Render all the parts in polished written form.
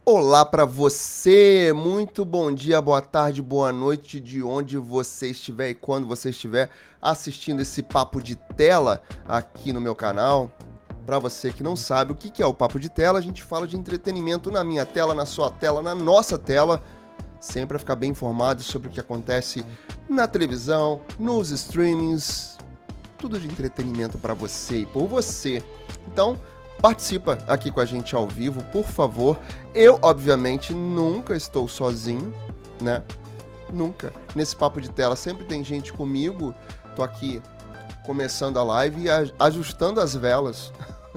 Olá para você, muito bom dia, boa tarde, boa noite, de onde você estiver e quando você estiver assistindo esse papo de tela aqui no meu canal. Para você que não sabe o que é o papo de tela, a gente fala de entretenimento na minha tela, na sua tela, na nossa tela, sempre para ficar bem informado sobre o que acontece na televisão, nos streamings, tudo de entretenimento para você e por você. Então, participa aqui com a gente ao vivo, por favor. Eu, obviamente, nunca estou sozinho, né? Nunca. Nesse papo de tela sempre tem gente comigo. Tô aqui começando a live e ajustando as velas.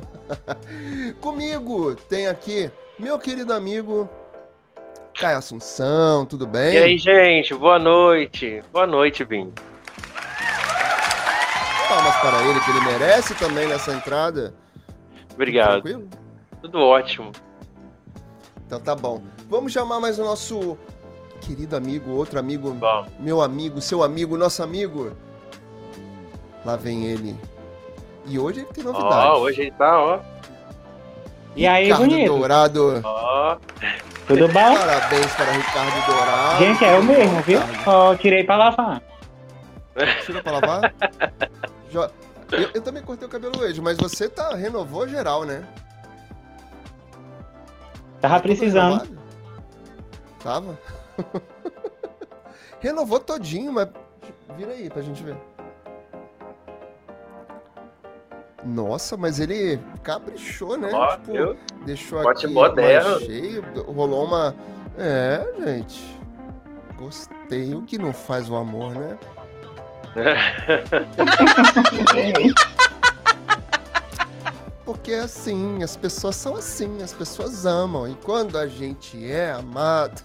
Comigo tem aqui meu querido amigo Caio Assunção, tudo bem? E aí, gente, boa noite. Boa noite, Vim. Palmas para ele, que ele merece também nessa entrada. Obrigado. Tranquilo? Tudo ótimo. Então tá bom. Vamos chamar mais o nosso querido amigo, outro amigo, Bom. meu amigo, seu amigo, nosso amigo. Lá vem ele. E hoje ele tem novidade. Hoje ele tá, ó. E aí, Ricardo bonito? Dourado. Ó. Tudo bom? Parabéns para Ricardo Dourado. Gente, é eu mesmo, viu? Ricardo. Só tirei pra lavar. Tira pra lavar? Eu também cortei o cabelo hoje, mas você renovou geral, né? Tava precisando. Renovado? Tava? Renovou todinho, mas vira aí pra gente ver. Gente, mas ele caprichou, né? Ó, viu? Deixou Pote aqui moderno. mais cheio, rolou uma... É, gente. Gostei. O que não faz o amor, né? Porque é assim, as pessoas são assim, as pessoas amam. E quando a gente é amado...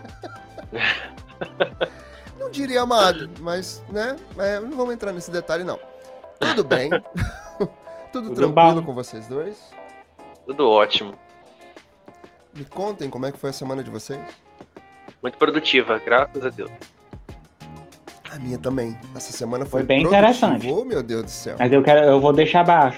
Não diria amado, mas, né? Não vamos entrar nesse detalhe, não. Tudo bem. Tudo tranquilo com vocês dois? Tudo ótimo. Me contem como é que foi a semana de vocês. Muito produtiva, graças a Deus. A minha também. Essa semana foi bem produtiva. interessante. Oh, meu Deus do céu. Mas eu vou deixar abaixo.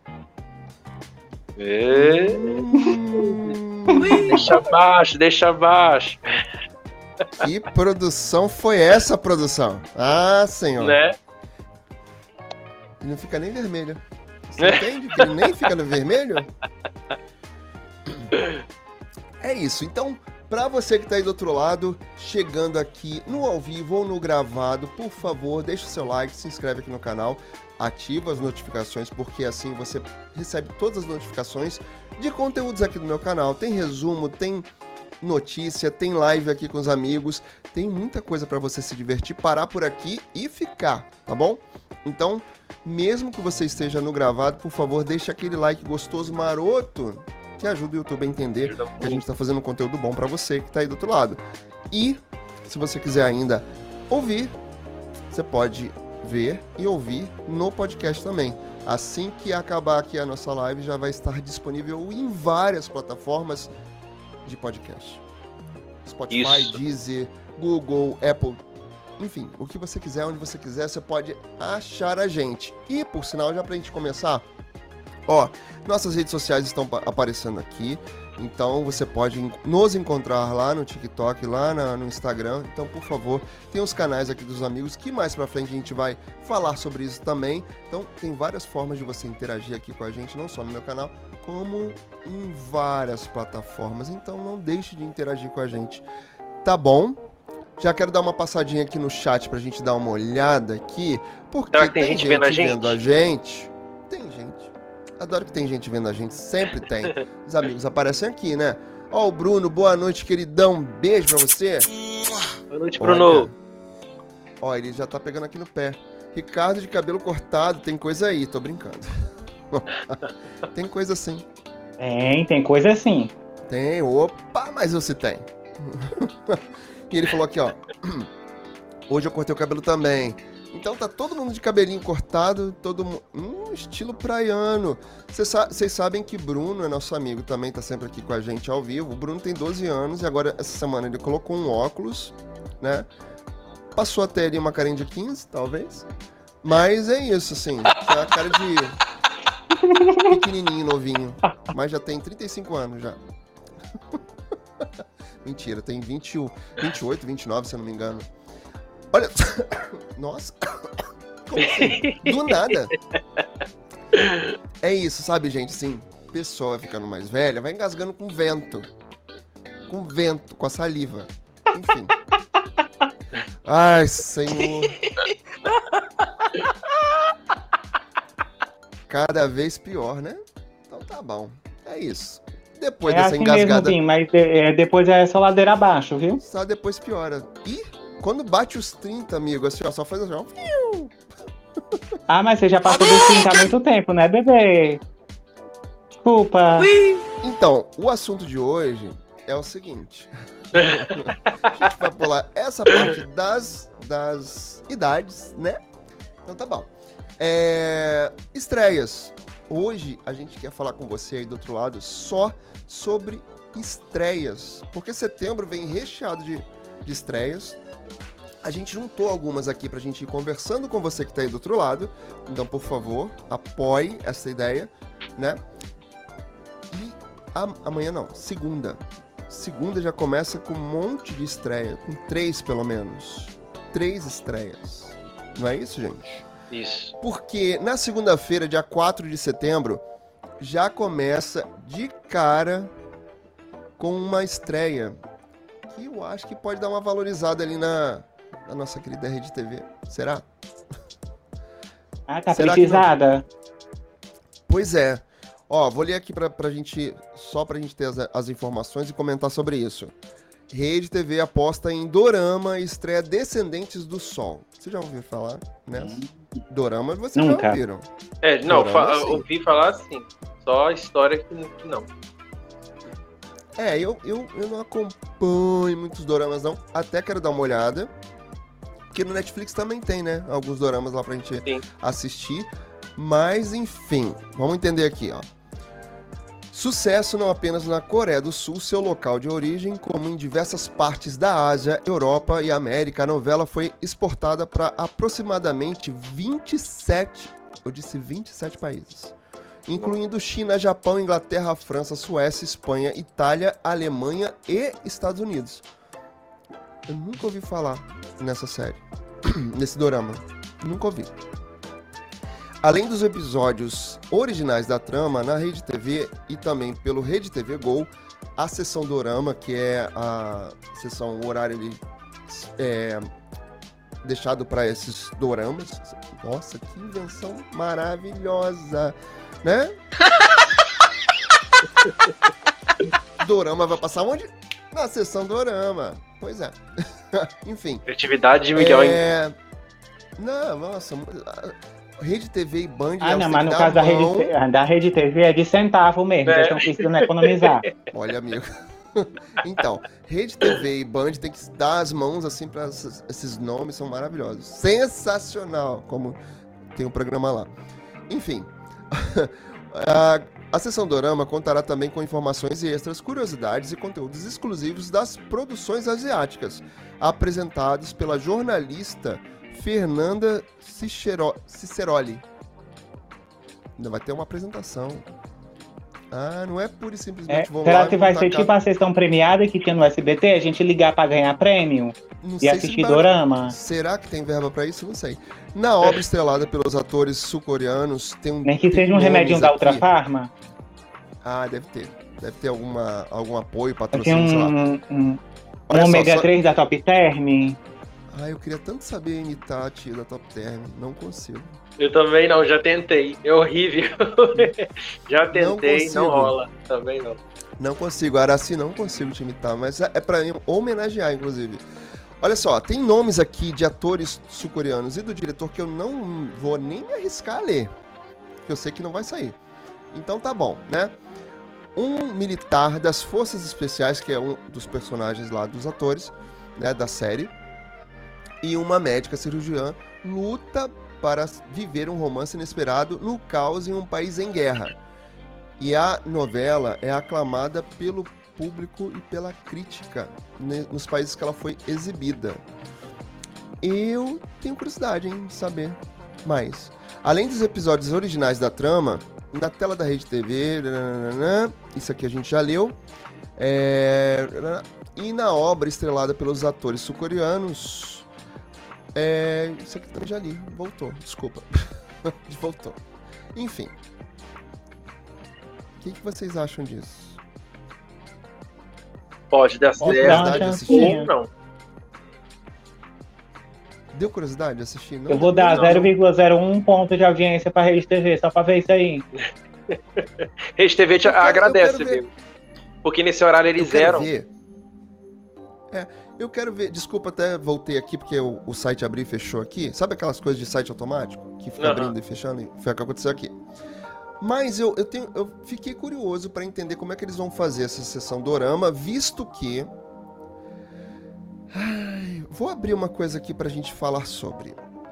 Deixa abaixo. Que produção foi essa, produção? Ah, senhor. Né? Ele não fica nem vermelho. Você entende que ele nem fica no vermelho? É isso. Então, pra você que tá aí do outro lado, chegando aqui no ao vivo ou no gravado, por favor, deixa o seu like, se inscreve aqui no canal, ativa as notificações, porque assim você recebe todas as notificações de conteúdos aqui do meu canal. Tem resumo, tem notícia, tem live aqui com os amigos, tem muita coisa pra você se divertir, parar por aqui e ficar, tá bom? Então, mesmo que você esteja no gravado, por favor, deixe aquele like gostoso, maroto, que ajuda o YouTube a entender que a gente tá fazendo um conteúdo bom pra você que tá aí do outro lado. E, se você quiser ainda ouvir, você pode ver e ouvir no podcast também. Assim que acabar aqui a nossa live, já vai estar disponível em várias plataformas de podcast. Spotify, Isso. Deezer, Google, Apple, enfim, o que você quiser, onde você quiser, você pode achar a gente. E, por sinal, já pra gente começar, ó, nossas redes sociais estão aparecendo aqui, então você pode nos encontrar lá no TikTok, lá no Instagram. Então, por favor, tem os canais aqui dos amigos, que mais pra frente a gente vai falar sobre isso também. Então, tem várias formas de você interagir aqui com a gente, não só no meu canal, como em várias plataformas. Então, não deixe de interagir com a gente, tá bom? Já quero dar uma passadinha aqui no chat pra gente dar uma olhada aqui, porque Será que tem gente vendo a gente? Tem gente. Adoro que tem gente vendo a gente, sempre tem. Os amigos aparecem aqui, né? Ó, o Bruno, boa noite, queridão. Beijo pra você. Boa noite, Bruno. Ó, ele já tá pegando aqui no pé. Ricardo de cabelo cortado, tem coisa aí, tô brincando. Tem coisa assim. Tem coisa assim. Tem, opa, mas você tem. E ele falou aqui, ó. Hoje eu cortei o cabelo também. Então tá todo mundo de cabelinho cortado, todo mundo... estilo praiano. Vocês sabem que Bruno é nosso amigo também, tá sempre aqui com a gente ao vivo. O Bruno tem 12 anos e agora, essa semana, ele colocou um óculos, né? Passou até ali uma carinha de 15, talvez. Mas é isso, assim. É a cara de pequenininho, novinho. Mas já tem 35 anos já. Mentira, tem 21, 28, 29, se eu não me engano. Olha. Nossa. Como assim? Do nada. É isso, sabe, gente? Assim, a pessoa vai ficando mais velha, vai engasgando com vento. Com vento, com a saliva. Enfim. Ai, Senhor. Cada vez pior, né? Então tá bom. É isso. Depois É dessa assim engasgada. mesmo, Tim, mas depois é só ladeira abaixo, viu? Só depois piora. E quando bate os 30, amigo, assim, ó, só faz assim, ó. Ah, mas você já passou dos 30 há muito tempo, né, bebê? Desculpa. Então, o assunto de hoje é o seguinte. A gente vai pular essa parte das idades, né? Então tá bom. Estreias. Hoje a gente quer falar com você aí do outro lado só sobre estreias. Porque setembro vem recheado de estreias. A gente juntou algumas aqui pra gente ir conversando com você que tá aí do outro lado. Então, por favor, apoie essa ideia, né? E amanhã não, segunda. Segunda já começa com um monte de estreia, com 3 pelo menos. 3 estreias. Não é isso, gente? Isso. Porque na segunda-feira, dia 4 de setembro, já começa de cara com uma estreia que eu acho que pode dar uma valorizada ali na nossa querida Rede TV. Será? Ah, tá Será que não? precisada? Pois é. Ó, vou ler aqui pra gente, só pra gente ter as informações e comentar sobre isso. Rede TV aposta em Dorama e estreia Descendentes do Sol. Você já ouviu falar, né? Dorama vocês Nunca. já ouviram. Não, Dorama, sim. ouvi falar assim. Só a história que não. Eu não acompanho muitos doramas, não. Até quero dar uma olhada. Porque no Netflix também tem, né? Alguns doramas lá pra gente assistir. Mas, enfim, vamos entender aqui, ó. Sucesso não apenas na Coreia do Sul, seu local de origem, como em diversas partes da Ásia, Europa e América. A novela foi exportada para aproximadamente 27 países, incluindo China, Japão, Inglaterra, França, Suécia, Espanha, Itália, Alemanha e Estados Unidos. Eu nunca ouvi falar nessa série, nesse dorama. Nunca ouvi. Além dos episódios originais da trama, na Rede TV e também pelo Rede TV Go, a sessão Dorama, que é a sessão, o horário ali, deixado para esses doramas. Nossa, que invenção maravilhosa, né? Dorama vai passar onde? Na sessão Dorama. Pois é. Enfim. Criatividade de milhões. Não, nossa... Rede TV e Band... Ah, não, mas no caso da Rede TV é de centavo mesmo, eles estão precisando economizar. Olha, amigo. Então, Rede TV e Band tem que dar as mãos assim para esses nomes, são maravilhosos. Sensacional, como tem um programa lá. Enfim, a sessão Dorama contará também com informações extras, curiosidades e conteúdos exclusivos das produções asiáticas, apresentados pela jornalista Fernanda Ciceroli. Ainda vai ter uma apresentação. Ah, não é pura e simplesmente vou será lá que vai ser tipo a sessão premiada que tinha no SBT? A gente ligar pra ganhar prêmio e assistir dorama? Será que tem verba pra isso? Não sei. Na obra estrelada pelos atores sul-coreanos, tem um... Nem que seja um remedinho da Ultra Farma? Ah, deve ter. Deve ter algum apoio, patrocínio, sei lá. Um ômega 3 da Top Term? Ah, eu queria tanto saber imitar a tia da Top Term. Não consigo. Eu também não, já tentei. É horrível. Já tentei, não rola. Também não. Não consigo. Araci, não consigo te imitar, mas é pra homenagear, inclusive. Olha só, tem nomes aqui de atores sul-coreanos e do diretor que eu não vou nem me arriscar a ler, que eu sei que não vai sair. Então tá bom, né? Um militar das Forças Especiais, que é um dos personagens lá dos atores, né, da série, e uma médica cirurgiã luta para viver um romance inesperado no caos em um país em guerra. E a novela é aclamada pelo público e pela crítica nos países que ela foi exibida. Eu tenho curiosidade em saber mais. Além dos episódios originais da trama, na tela da Rede TV, isso aqui a gente já leu, e na obra estrelada pelos atores sul-coreanos, isso aqui também já li, voltou, desculpa, voltou. Enfim, o que vocês acham disso? Pode dar certo, assistir? Não. Deu curiosidade de assistir? Não, eu vou dar 0,01 ponto de audiência pra Rede TV, só pra ver isso aí. Rede TV te agradece, viu? Porque nesse horário eles eram. Eu quero ver. Desculpa, até voltei aqui porque o site abriu e fechou aqui. Sabe aquelas coisas de site automático? Que fica abrindo e fechando? Foi o que aconteceu aqui. Mas eu fiquei curioso para entender como é que eles vão fazer essa sessão dorama, visto que... vou abrir uma coisa aqui pra gente falar sobre.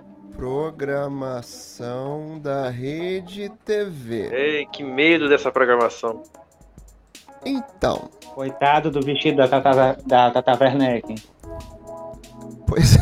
Programação da Rede TV. Ei, que medo dessa programação. Então... Coitado do vestido da Tata Werneck. Pois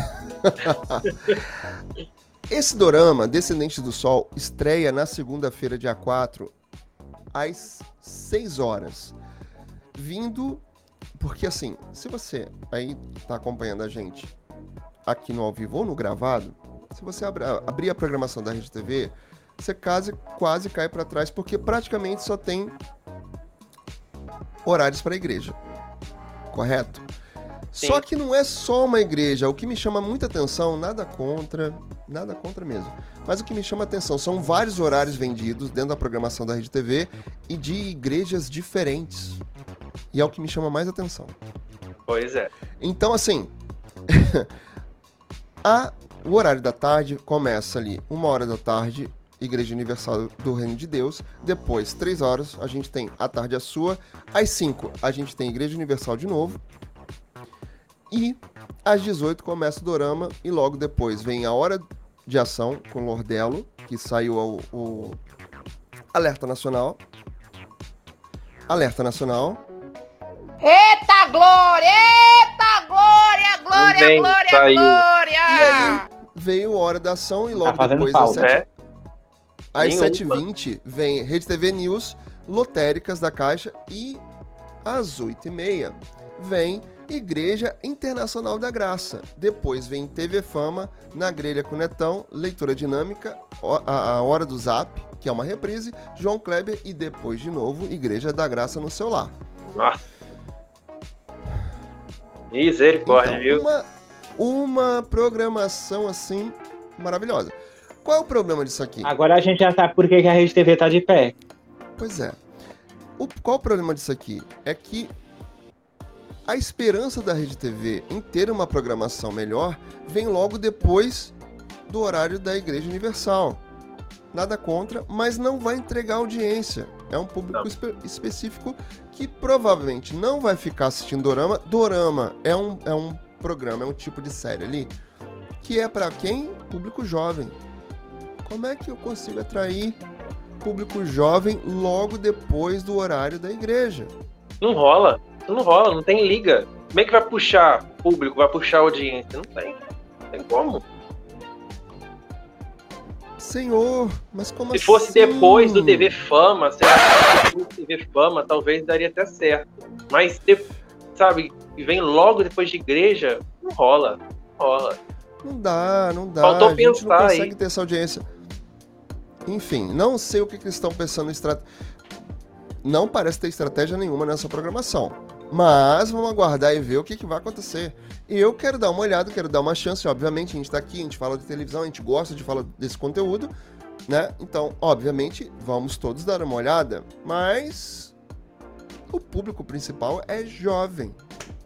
Esse dorama, Descendentes do Sol, estreia na segunda-feira, dia 4, às 6 horas. Vindo... Porque assim, se você aí tá acompanhando a gente aqui no ao vivo ou no gravado, se você abrir a programação da Rede TV, você quase cai para trás, porque praticamente só tem horários para a igreja, correto? Sim. Só que não é só uma igreja. O que me chama muita atenção, nada contra mesmo, mas o que me chama atenção são vários horários vendidos dentro da programação da Rede TV e de igrejas diferentes. E é o que me chama mais atenção. Pois é. Então, assim, o horário da tarde começa ali, 1h da tarde, Igreja Universal do Reino de Deus. Depois, 3 horas, a gente tem A Tarde é Sua. Às 5, a gente tem Igreja Universal de novo. E às 18 começa o dorama. E logo depois vem A Hora de Ação com Lordelo, que saiu o Alerta Nacional. Alerta Nacional. Eita glória! Eita glória! Glória, glória, saiu. glória! E aí veio Hora da Ação e logo depois às 7h20 vem Rede TV News, Lotéricas da Caixa, e às 8h30 vem Igreja Internacional da Graça. Depois vem TV Fama, Na Grelha com Netão, Leitura Dinâmica, a Hora do Zap, que é uma reprise, João Kleber e depois de novo Igreja da Graça no seu lar. Nossa. Misericórdia, então, viu? Uma programação assim maravilhosa. Qual é o problema disso aqui? Agora a gente já sabe por que a Rede TV tá de pé. Pois é. Qual o problema disso aqui? É que a esperança da Rede TV em ter uma programação melhor vem logo depois do horário da Igreja Universal. Nada contra, mas não vai entregar audiência. É um público específico que provavelmente não vai ficar assistindo dorama. Dorama é um programa, é um tipo de série ali que é para quem? Público jovem. Como é que eu consigo atrair público jovem logo depois do horário da igreja? Não rola, não tem liga. Como é que vai puxar público, vai puxar audiência? Não tem como. Senhor, mas como Se fosse assim? depois do TV Fama, se depois do TV Fama, talvez daria até certo. Mas, sabe, vem logo depois de igreja, não rola. Não dá. Faltou a gente pensar não consegue aí. ter essa audiência. Enfim, não sei o que eles estão pensando em estratégia. Não parece ter estratégia nenhuma nessa programação. Mas vamos aguardar e ver o que vai acontecer. E eu quero dar uma olhada, quero dar uma chance. Obviamente, a gente tá aqui, a gente fala de televisão, a gente gosta de falar desse conteúdo, né? Então, obviamente, vamos todos dar uma olhada. Mas o público principal é jovem.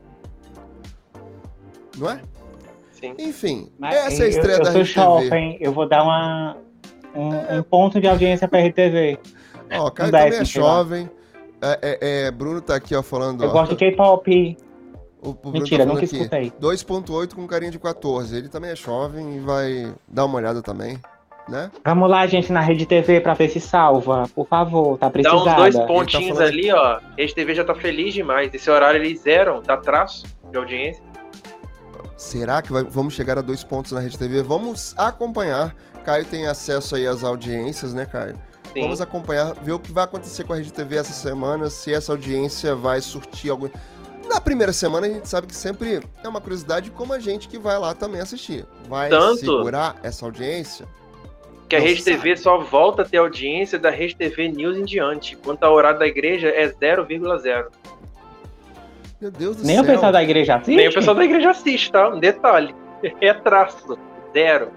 Não é? Sim. Enfim, Mas essa é a estreia da Rede TV. Eu vou dar um ponto de audiência pra RTV. Ó, Caio também é jovem. Bruno tá aqui, ó, falando. Eu gosto de K-pop. tá Mentira, nunca escutei. 2.8 com carinha de 14. Ele também é jovem e vai dar uma olhada também, né? Vamos lá, gente, na Rede TV pra ver se salva. Por favor, tá precisada. Dá uns 2 pontinhos ali, ó. Rede TV já tá feliz demais. Esse horário eles zeram, dá traço de audiência. Será que vamos chegar a 2 pontos na Rede TV? Vamos acompanhar. Caio tem acesso aí às audiências, né, Caio? Sim. Vamos acompanhar, ver o que vai acontecer com a Rede TV essa semana, se essa audiência vai surtir algum... Na primeira semana a gente sabe que sempre é uma curiosidade como a gente que vai lá também assistir. Vai segurar essa audiência? Que a Rede TV só volta a ter audiência da Rede TV News em diante. Quanto ao horário da igreja, é 0,0. Meu Deus do Nem céu. o pessoal da igreja assiste? Nem o pessoal da igreja assiste, tá? Um detalhe. É traço. 0.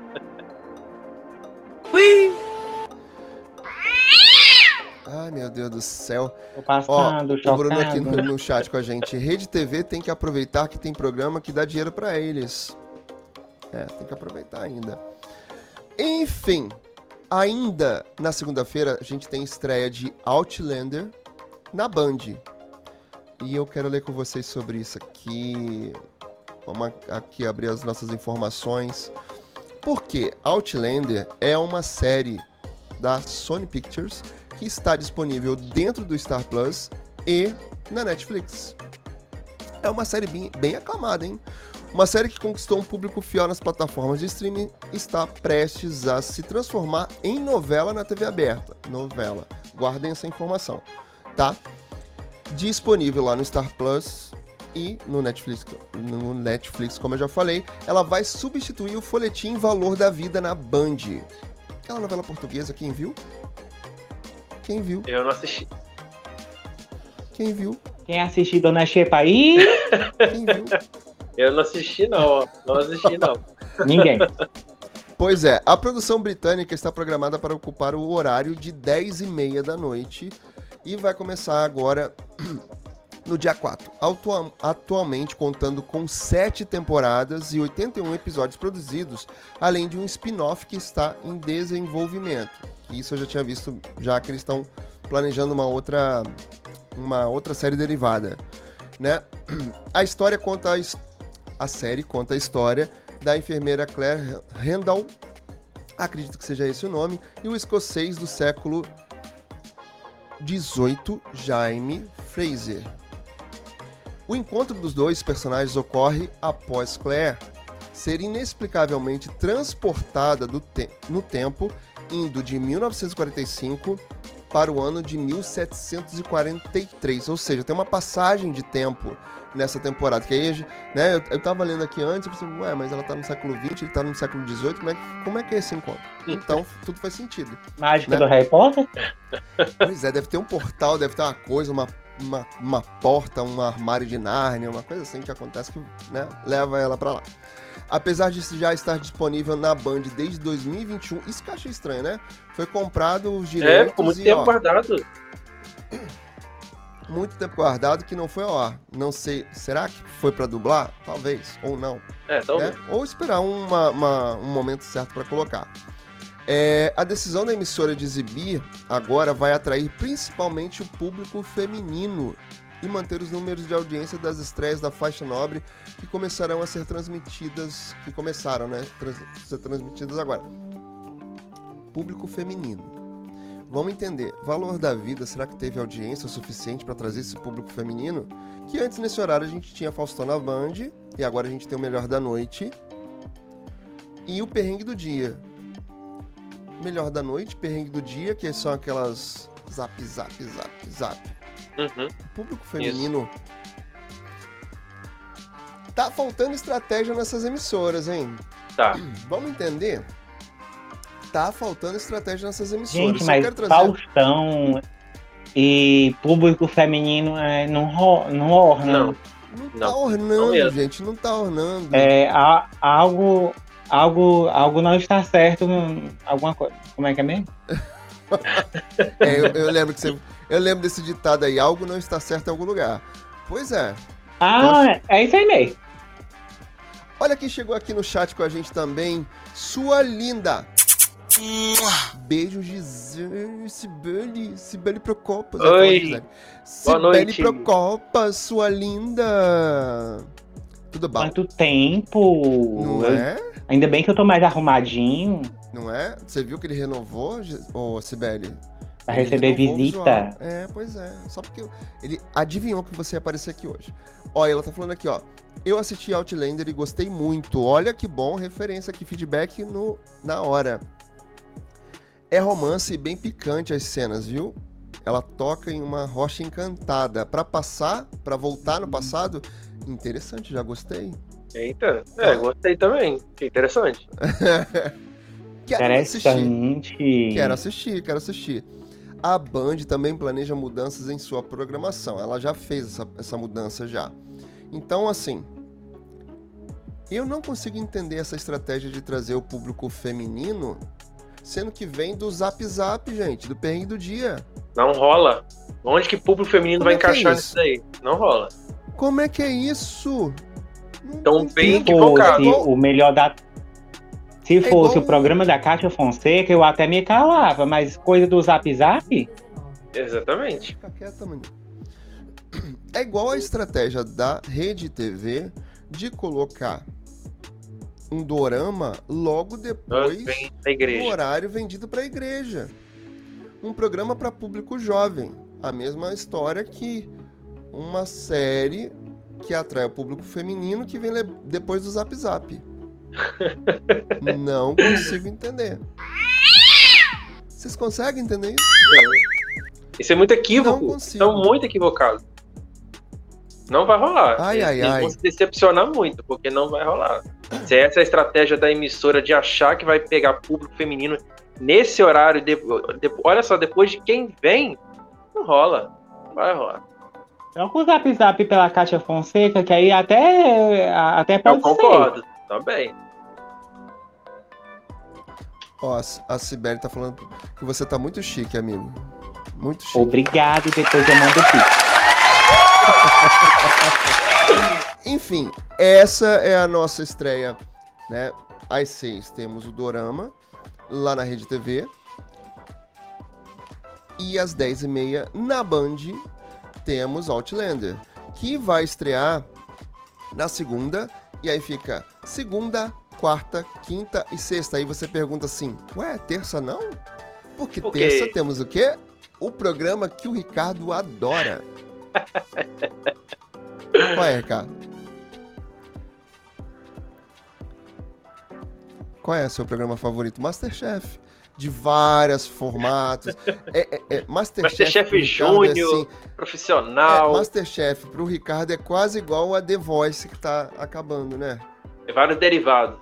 Ai, meu Deus do céu. Tô Ó, passando, o Bruno aqui chocado. no chat com a gente. Rede TV tem que aproveitar que tem programa que dá dinheiro pra eles. Tem que aproveitar ainda. Enfim, ainda na segunda-feira a gente tem estreia de Outlander na Band. E eu quero ler com vocês sobre isso aqui. Vamos aqui abrir as nossas informações. Porque Outlander é uma série da Sony Pictures que está disponível dentro do Star Plus e na Netflix. É uma série bem aclamada, hein? Uma série que conquistou um público fiel nas plataformas de streaming está prestes a se transformar em novela na TV aberta. Novela. Guardem essa informação, tá? Disponível lá no Star Plus e no Netflix. No Netflix, como eu já falei, ela vai substituir o folhetim Valor da Vida na Band. Aquela novela portuguesa, quem viu? Quem viu? Eu não assisti. Quem viu? Quem assistiu Dona Xepa aí? Quem viu? Eu não assisti, não. Ó. Não assisti, não. Ninguém. Pois é, a produção britânica está programada para ocupar o horário de 10h30 da noite e vai começar agora no dia 4. Atualmente contando com 7 temporadas e 81 episódios produzidos, além de um spin-off que está em desenvolvimento. Isso eu já tinha visto, já que eles estão planejando uma outra série derivada, né? A série conta a história da enfermeira Claire Randall, acredito que seja esse o nome, e o escocês do século XVIII, Jaime Fraser. O encontro dos dois personagens ocorre após Claire ser inexplicavelmente transportada no tempo, indo de 1945 para o ano de 1743, ou seja, tem uma passagem de tempo nessa temporada, que aí, né, eu tava lendo aqui antes, eu pensei, mas ela tá no século XX, ele tá no século XVIII, como é que é esse encontro? Então, tudo faz sentido. Mágica, né? Do Harry Potter? Pois é, deve ter um portal, deve ter uma coisa, uma porta, um armário de Nárnia, uma coisa assim que acontece que, né, leva ela pra lá. Apesar de já estar disponível na Band desde 2021, isso que eu achei estranho, né? Foi comprado os direitos ficou muito tempo guardado. Muito tempo guardado que não foi ao ar. Não sei, será que foi pra dublar? Talvez, ou não. Talvez. Ou esperar um momento certo pra colocar. A decisão da emissora de exibir agora vai atrair principalmente o público feminino e manter os números de audiência das estreias da faixa nobre que começaram a ser transmitidas, ser transmitidas agora. Público feminino. Vamos entender, Valor da Vida, será que teve audiência o suficiente para trazer esse público feminino? Que antes, nesse horário, a gente tinha Faustão na Band, e agora a gente tem o Melhor da Noite e o Perrengue do Dia. Melhor da Noite, Perrengue do Dia, que são aquelas zap. Uhum. O público feminino. Isso. Tá faltando estratégia nessas emissoras, hein? Tá. Vamos entender? Tá faltando estratégia nessas emissoras. Gente, mas Faustão e público feminino não orna. Não tá ornando, gente. Não tá ornando. Algo não está certo. Alguma coisa. Como é que é mesmo? Eu lembro desse ditado aí. Algo não está certo em algum lugar. Pois é. É isso aí mesmo. Olha quem chegou aqui no chat com a gente também. Sua linda. Beijo, Gisele. Cibele Procopas. Oi. Cibele Procopas, sua linda. Tudo bom? Quanto tempo. Não é? Ainda bem que eu tô mais arrumadinho. Não é? Você viu que ele renovou, Cibele? Pra receber visita. Pois é. Só porque ele adivinhou que você ia aparecer aqui hoje. Olha, ela tá falando aqui, ó. Eu assisti Outlander e gostei muito. Olha que bom, referência aqui, feedback na hora. É romance e bem picante as cenas, viu? Ela toca em uma rocha encantada. Pra voltar no passado, interessante, já gostei. Eita, gostei também. Que interessante. Interessante. Quero assistir. A Band também planeja mudanças em sua programação. Ela já fez essa mudança já. Então, assim, eu não consigo entender essa estratégia de trazer o público feminino, sendo que vem do Zap Zap, gente, do perrengue do dia. Não rola. Onde que público feminino vai encaixar nisso daí? Não rola. Como é que é isso? Então, bem equivocado. O melhor da... Se fosse igual... o programa da Cátia Fonseca, eu até me calava, mas coisa do Zap Zap? Exatamente. Fica quieta, mano. É igual a estratégia da Rede TV de colocar um dorama logo depois do horário vendido para a igreja. Um programa para público jovem. A mesma história que uma série que atrai o público feminino que vem depois do Zap Zap. Não consigo entender. Vocês conseguem entender isso? Não. Isso é muito equívoco. Estão muito equivocados. Não vai rolar. Eles vão se decepcionar muito, porque não vai rolar. Se essa é a estratégia da emissora de achar que vai pegar público feminino nesse horário, olha só, depois de quem vem, não rola. Não vai rolar. Troca o Zap Zap pela Cátia Fonseca, que aí até pode ser. Eu concordo, também. Ó, a Sibeli tá falando que você tá muito chique, amigo. Muito chique. Obrigado, depois eu mando o pix. Enfim, essa é a nossa estreia, né? Às 6 temos o Dorama, lá na Rede TV. E às 10h30, na Band, temos Outlander, que vai estrear na segunda. E aí fica segunda, quarta, quinta e sexta. Aí você pergunta assim, ué, terça não? Porque terça temos o quê? O programa que o Ricardo adora. Qual é, Ricardo? Qual é o seu programa favorito? Masterchef. De vários formatos. Masterchef Júnior, assim, profissional. Masterchef pro Ricardo é quase igual a The Voice que tá acabando, né? É vários derivados.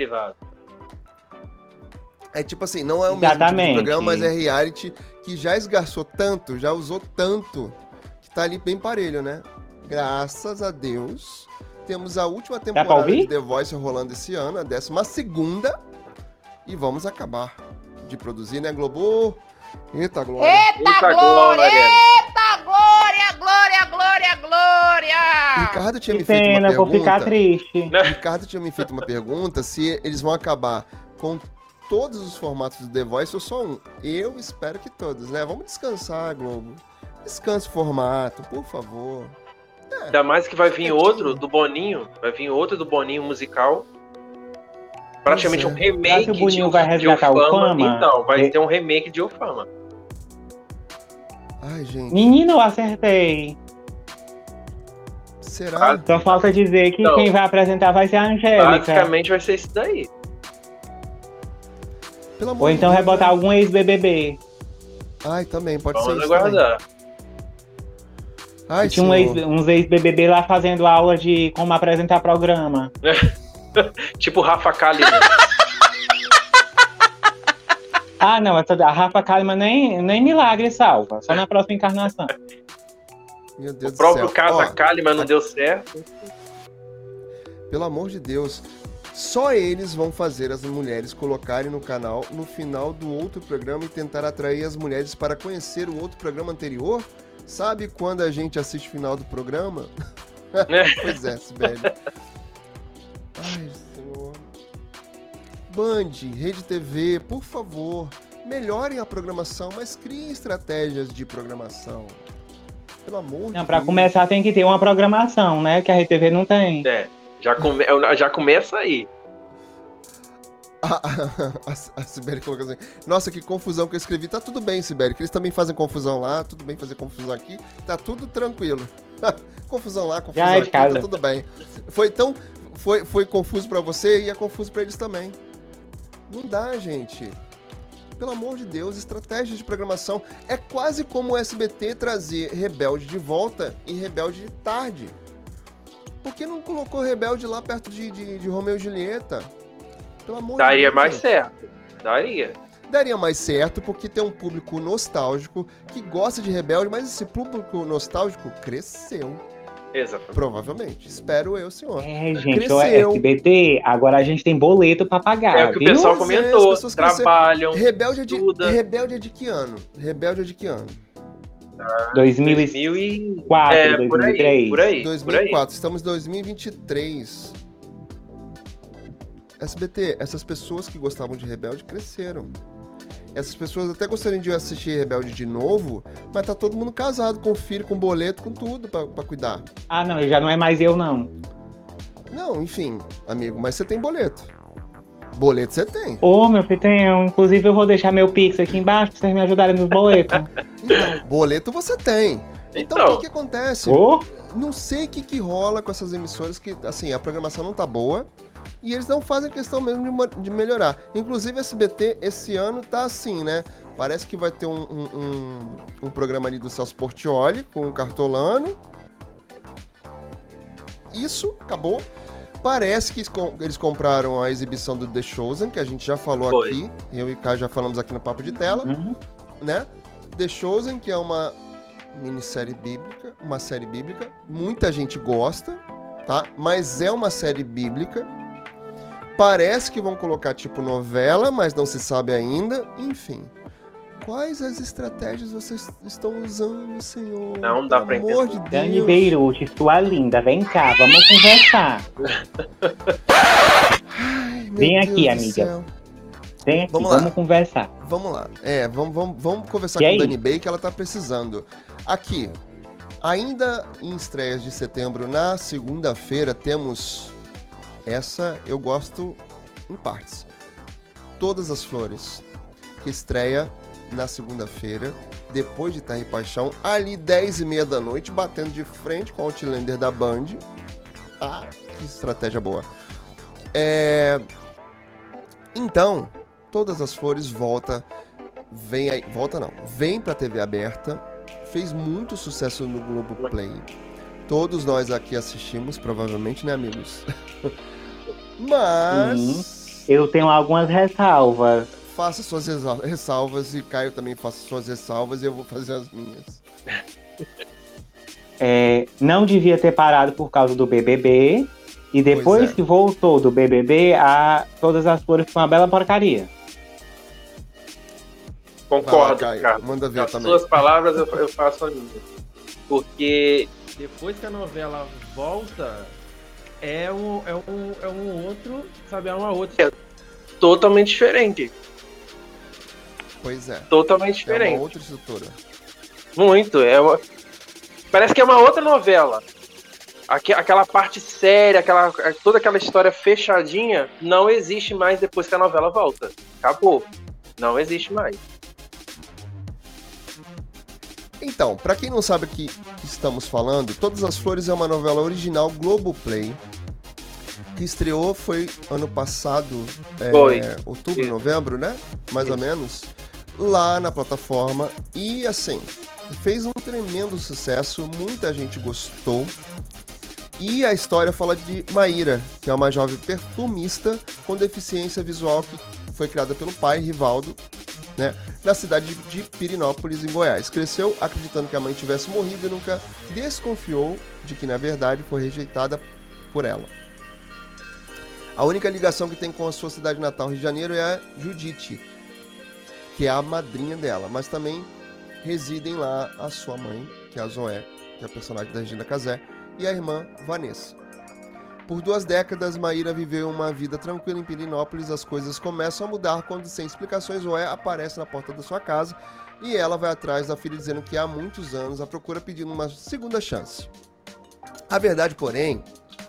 É tipo assim, não é o mesmo tipo de programa, mas é reality que já esgarçou tanto, já usou tanto, que tá ali bem parelho, né? Graças a Deus, temos a última temporada de The Voice rolando esse ano, a 12ª, e vamos acabar de produzir, né, Globo? Eita, Glória! Eita, Glória! Eita, Glória! Glória, Glória, Glória! Ricardo tinha me feito uma pergunta. Vou ficar triste. Ricardo tinha me feito uma pergunta se eles vão acabar com todos os formatos do The Voice ou só um. Eu espero que todos, né? Vamos descansar, Globo. Descanse o formato, por favor. Ainda mais que vai vir outro do Boninho. Vai vir outro do Boninho musical. Praticamente um remake de Ofama. Então, vai ter um remake de Ofama. Ai, gente. Menino, eu acertei. Será? Só falta dizer que quem vai apresentar vai ser a Angélica. Basicamente vai ser isso daí. Ou então vai botar algum ex-BBB. Ai, também, pode ser isso. Vamos aguardar. Tinha uns ex-BBB lá fazendo aula de como apresentar programa. Tipo Rafa Kalimann. Ah, não, a Rafa Kalimann nem milagre salva, só na próxima encarnação. Meu Deus o próprio Casa Kalimann não deu certo. Pelo amor de Deus, só eles vão fazer as mulheres colocarem no canal no final do outro programa e tentar atrair as mulheres para conhecer o outro programa anterior? Sabe quando a gente assiste o final do programa? Pois é, Sibeli. Ai, Senhor. Band, Rede TV, por favor, melhorem a programação, mas criem estratégias de programação. Pelo amor de Deus. Pra começar tem que ter uma programação, né? Que a Rede TV não tem. Já começa aí. A Sibeli colocou assim, nossa, que confusão que eu escrevi. Tá tudo bem, Sibeli, que eles também fazem confusão lá, tudo bem fazer confusão aqui, tá tudo tranquilo. Confusão lá, confusão aqui, tá tudo bem. Foi confuso pra você e é confuso pra eles também. Não dá, gente. Pelo amor de Deus, estratégia de programação. É quase como o SBT trazer Rebelde de volta e Rebelde de tarde. Por que não colocou Rebelde lá perto de Romeu e Julieta? Pelo amor de Deus. Daria mais certo. Daria mais certo porque tem um público nostálgico que gosta de Rebelde, mas esse público nostálgico cresceu. Exatamente. Provavelmente. Espero eu, senhor. Gente, o SBT, agora a gente tem boleto pra pagar. É o que o pessoal comentou. Trabalham. Rebelde é de que ano? Rebelde é de que ano? 2004, 2003. Por aí. 2004. Estamos em 2023. SBT, essas pessoas que gostavam de Rebelde cresceram. Essas pessoas até gostariam de assistir Rebelde de novo, mas tá todo mundo casado, com filho, com boleto, com tudo pra cuidar. Ah, não, já não é mais eu, não. Não, enfim, amigo, mas você tem boleto. Boleto você tem. Meu filho, tenho. Inclusive, eu vou deixar meu Pix aqui embaixo pra vocês me ajudarem nos boletos. Então, boleto você tem. Então, o que acontece? Não sei o que rola com essas emissoras que, assim, a programação não tá boa. E eles não fazem questão mesmo de melhorar. Inclusive, SBT, esse ano tá assim, né? Parece que vai ter um programa ali do Celso Portiolli com o Cartolano. Isso, acabou. Parece que eles compraram a exibição do The Chosen, que a gente já falou aqui. Eu e o Caio já falamos aqui no Papo de Tela. Né? The Chosen, que é uma minissérie bíblica, uma série bíblica. Muita gente gosta, tá? Mas é uma série bíblica. Parece que vão colocar tipo novela, mas não se sabe ainda. Enfim, quais as estratégias vocês estão usando, senhor? Não dá pra entender. Pelo amor de Deus. Dani Beirute, sua linda, vem cá, vamos conversar. Ai, vem aqui, amiga. Vem aqui, vamos conversar. Vamos lá. Vamos conversar com a Dani Bey, que ela tá precisando. Aqui, ainda em estreias de setembro, na segunda-feira, temos... Essa eu gosto em partes. Todas as Flores, que estreia na segunda-feira, depois de Terra e Paixão, ali 10h30 da noite, batendo de frente com o Outlander da Band. Ah, que estratégia boa. Então, Todas as Flores vem pra TV aberta, fez muito sucesso no Globoplay. Todos nós aqui assistimos, provavelmente, né, amigos? Mas... eu tenho algumas ressalvas. Faça suas ressalvas e Caio também faça suas ressalvas e eu vou fazer as minhas. Não devia ter parado por causa do BBB. E depois que voltou do BBB, Todas as Flores foi uma bela porcaria. Concordo, cara. Manda ver também. As suas palavras eu faço a minha. Porque depois que a novela volta... É um outro, sabe? É uma outra. Totalmente diferente. Pois é. Totalmente diferente. É uma outra estrutura. Muito. Parece que é uma outra novela. Aquela parte séria, toda aquela história fechadinha, não existe mais depois que a novela volta. Acabou. Não existe mais. Então, pra quem não sabe o que estamos falando, Todas as Flores é uma novela original Globoplay, que estreou foi ano passado, outubro, novembro, né? Mais ou menos, lá na plataforma. E assim, fez um tremendo sucesso, muita gente gostou. E a história fala de Maíra, que é uma jovem perfumista com deficiência visual que foi criada pelo pai, Rivaldo, né, na cidade de Pirinópolis, em Goiás. Cresceu acreditando que a mãe tivesse morrido e nunca desconfiou de que, na verdade, foi rejeitada por ela. A única ligação que tem com a sua cidade natal, Rio de Janeiro, é a Judite, que é a madrinha dela, mas também residem lá a sua mãe, que é a Zoé, que é a personagem da Regina Casé, e a irmã Vanessa. Por 2 décadas, Maíra viveu uma vida tranquila em Pirinópolis. As coisas começam a mudar quando, sem explicações, Zoé aparece na porta da sua casa e ela vai atrás da filha dizendo que há muitos anos a procura pedindo uma segunda chance. A verdade, porém,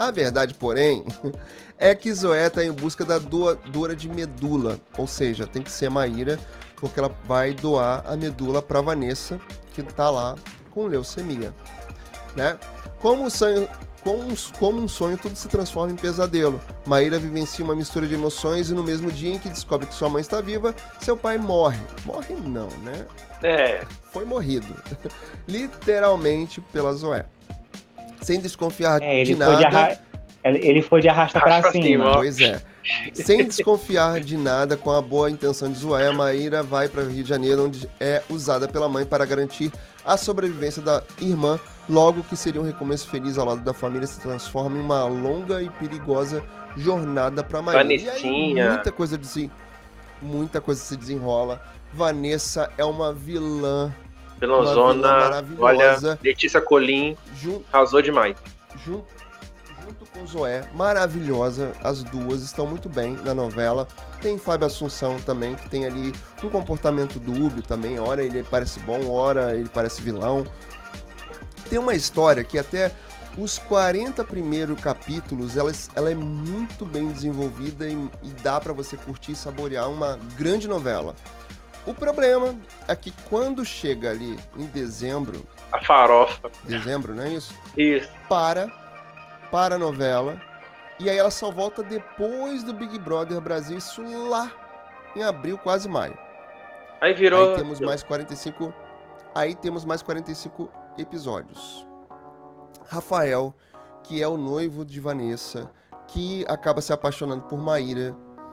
é que Zoé está em busca da doadora de medula, ou seja, tem que ser Maíra, porque ela vai doar a medula para Vanessa, que está lá com leucemia, né? Como o sonho Como um sonho, tudo se transforma em pesadelo. Maíra vivencia uma mistura de emoções e no mesmo dia em que descobre que sua mãe está viva, seu pai morre. Morre não, né? Foi morrido. Literalmente pela Zoé. Sem desconfiar de nada... Ele foi de arrasta pra cima. Pois é. Sem desconfiar de nada, com a boa intenção de Zoé, Maíra vai para o Rio de Janeiro, onde é usada pela mãe para garantir a sobrevivência da irmã. Logo que seria um recomeço feliz ao lado da família, se transforma em uma longa e perigosa jornada para Maíra. Vanessinha. E aí, muita coisa se desenrola. Vanessa é uma vilã. Vilãzona, maravilhosa. Olha, Letícia Colim arrasou demais. Junto com Zoé, maravilhosa. As duas estão muito bem na novela. Tem Fábio Assunção também, que tem ali um comportamento dúbio também. Ora ele parece bom, ora ele parece vilão. Tem uma história que até os 40 primeiros capítulos, ela é muito bem desenvolvida e dá pra você curtir e saborear uma grande novela. O problema é que quando chega ali em dezembro... A farofa. Dezembro, não é isso? Isso. Para a novela. E aí ela só volta depois do Big Brother Brasil, isso lá em abril, quase maio. Aí virou... Aí temos mais 45... Aí temos mais 45 episódios. Rafael, que é o noivo de Vanessa, que acaba se apaixonando por Maíra.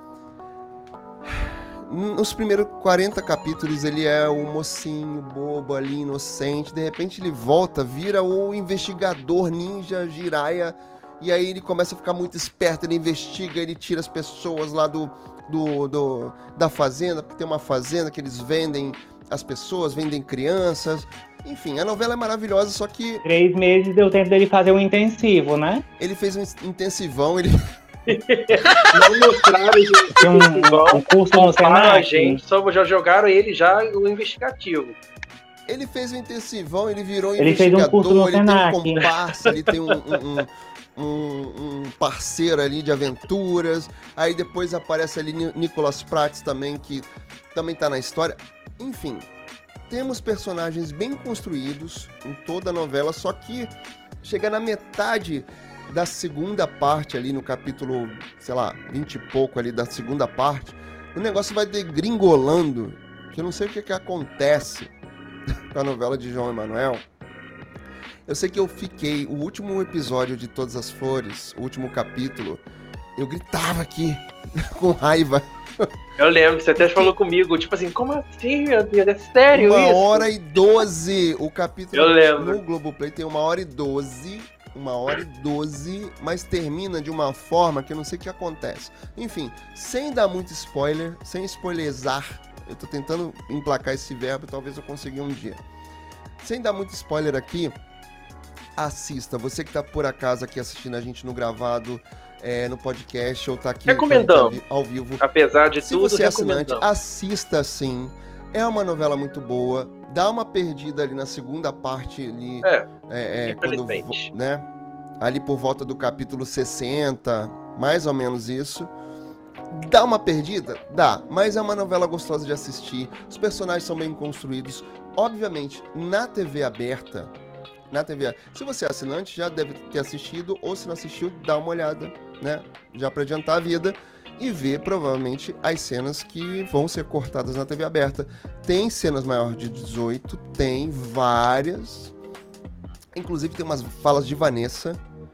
Nos primeiros 40 capítulos ele é o mocinho bobo ali, inocente. De repente ele volta, vira o investigador ninja Jiraiya. E aí ele começa a ficar muito esperto, ele investiga, ele tira as pessoas lá da fazenda, porque tem uma fazenda que eles vendem as pessoas, vendem crianças. Enfim, a novela é maravilhosa, só que... 3 meses deu tempo dele fazer um intensivo, né? Ele fez um intensivão, ele... Não mostraram, gente. Um curso no Senac. Gente, só já jogaram ele já o investigativo. Ele fez um intensivão, ele virou ele investigador, fez um curso no ele Senac. tem um comparsa, ele tem um parceiro ali de aventuras. Aí depois aparece ali Nicolas Prates também, que também tá na história. Enfim, temos personagens bem construídos em toda a novela, só que chega na metade da segunda parte ali, no capítulo, sei lá, 20 e pouco ali da segunda parte, o negócio vai degringolando, que eu não sei o que acontece com a novela de João Emanuel. Eu sei que eu fiquei, o último episódio de Todas as Flores, o último capítulo, eu gritava aqui, com raiva. Eu lembro, você até falou comigo, tipo assim, como assim, meu Deus, é sério isso? 1h12, o capítulo eu lembro. No Globoplay tem 1h12, mas termina de uma forma que eu não sei o que acontece. Enfim, sem dar muito spoiler, sem spoilerizar, eu tô tentando emplacar esse verbo, talvez eu consiga um dia. Sem dar muito spoiler aqui, assista. Você que tá por acaso aqui assistindo a gente no gravado, no podcast, ou tá aqui recomendando ao vivo. Apesar de tudo, se você é assinante, assista sim. É uma novela muito boa. Dá uma perdida ali na segunda parte ali. Quando, né? Ali por volta do capítulo 60, mais ou menos isso. Dá uma perdida? Dá, mas é uma novela gostosa de assistir. Os personagens são bem construídos. Obviamente, na TV aberta, se você é assinante, já deve ter assistido, ou se não assistiu, dá uma olhada, né? Já para adiantar a vida e ver provavelmente as cenas que vão ser cortadas na TV aberta. Tem cenas maiores de 18, tem várias. Inclusive tem umas falas de Vanessa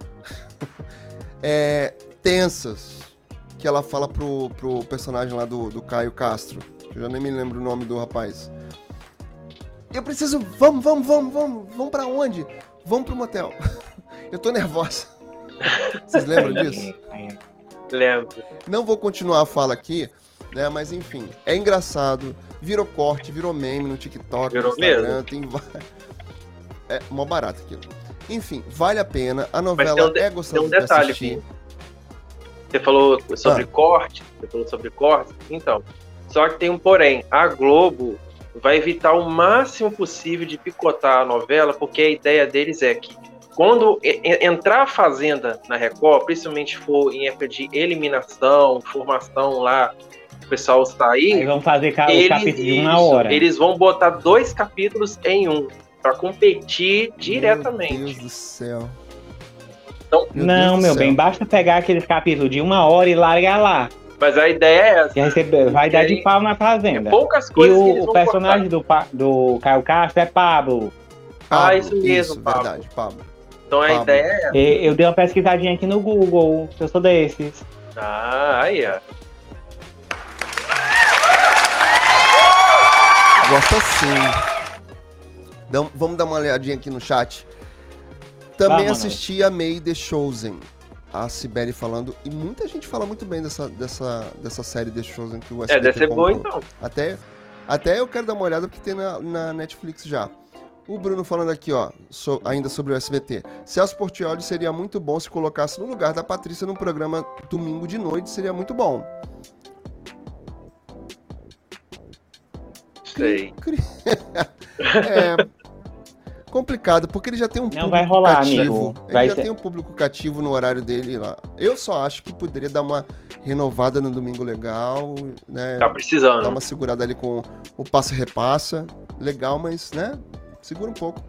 tensas, que ela fala pro personagem lá do Caio Castro. Eu já nem me lembro o nome do rapaz. Eu preciso... Vamos pra onde? Vamos pro motel. Eu tô nervosa. Vocês lembram disso? Lembro. Não vou continuar a fala aqui, né? Mas enfim, é engraçado. Virou corte, virou meme no TikTok, virou no Instagram. mesmo. Tem... É mó barato aquilo. Enfim, vale a pena. A novela é gostosa de assistir. Você falou sobre corte. Então, só que tem um porém. A Globo vai evitar o máximo possível de picotar a novela, porque a ideia deles é que quando entrar a Fazenda na Record, principalmente for em época de eliminação, formação lá, o pessoal sair... Aí vão fazer o capítulo de 1 hora. Eles vão botar 2 capítulos em um, para competir diretamente. Meu Deus do céu. Então, não, meu bem, basta pegar aqueles capítulos de 1 hora e largar lá. Mas a ideia é essa. Vai dar de pau na Fazenda. Poucas coisas e que eles o vão personagem do Caio Castro é Pablo. Isso mesmo, Pablo. Verdade, Pablo. Então a ideia é essa. Eu dei uma pesquisadinha aqui no Google, eu sou desses. Aí, ó. Gosto assim. Vamos dar uma olhadinha aqui no chat. Também assisti a May The Chosen. A Cibele falando. E muita gente fala muito bem dessa série The Chosen que o SBT deve ser comprou. boa então. Até eu quero dar uma olhada porque tem na Netflix já. O Bruno falando aqui, ó, ainda sobre o SBT. Celso Portiolli seria muito bom se colocasse no lugar da Patrícia num programa domingo de noite, seria muito bom. Sei. Complicado, porque ele já tem um público vai rolar, cativo. Amigo. Ele já tem um público cativo no horário dele lá. Eu só acho que poderia dar uma renovada no Domingo Legal, né? Tá precisando. Dar uma segurada ali com o passa-repassa. Legal, mas, né? Segura um pouco.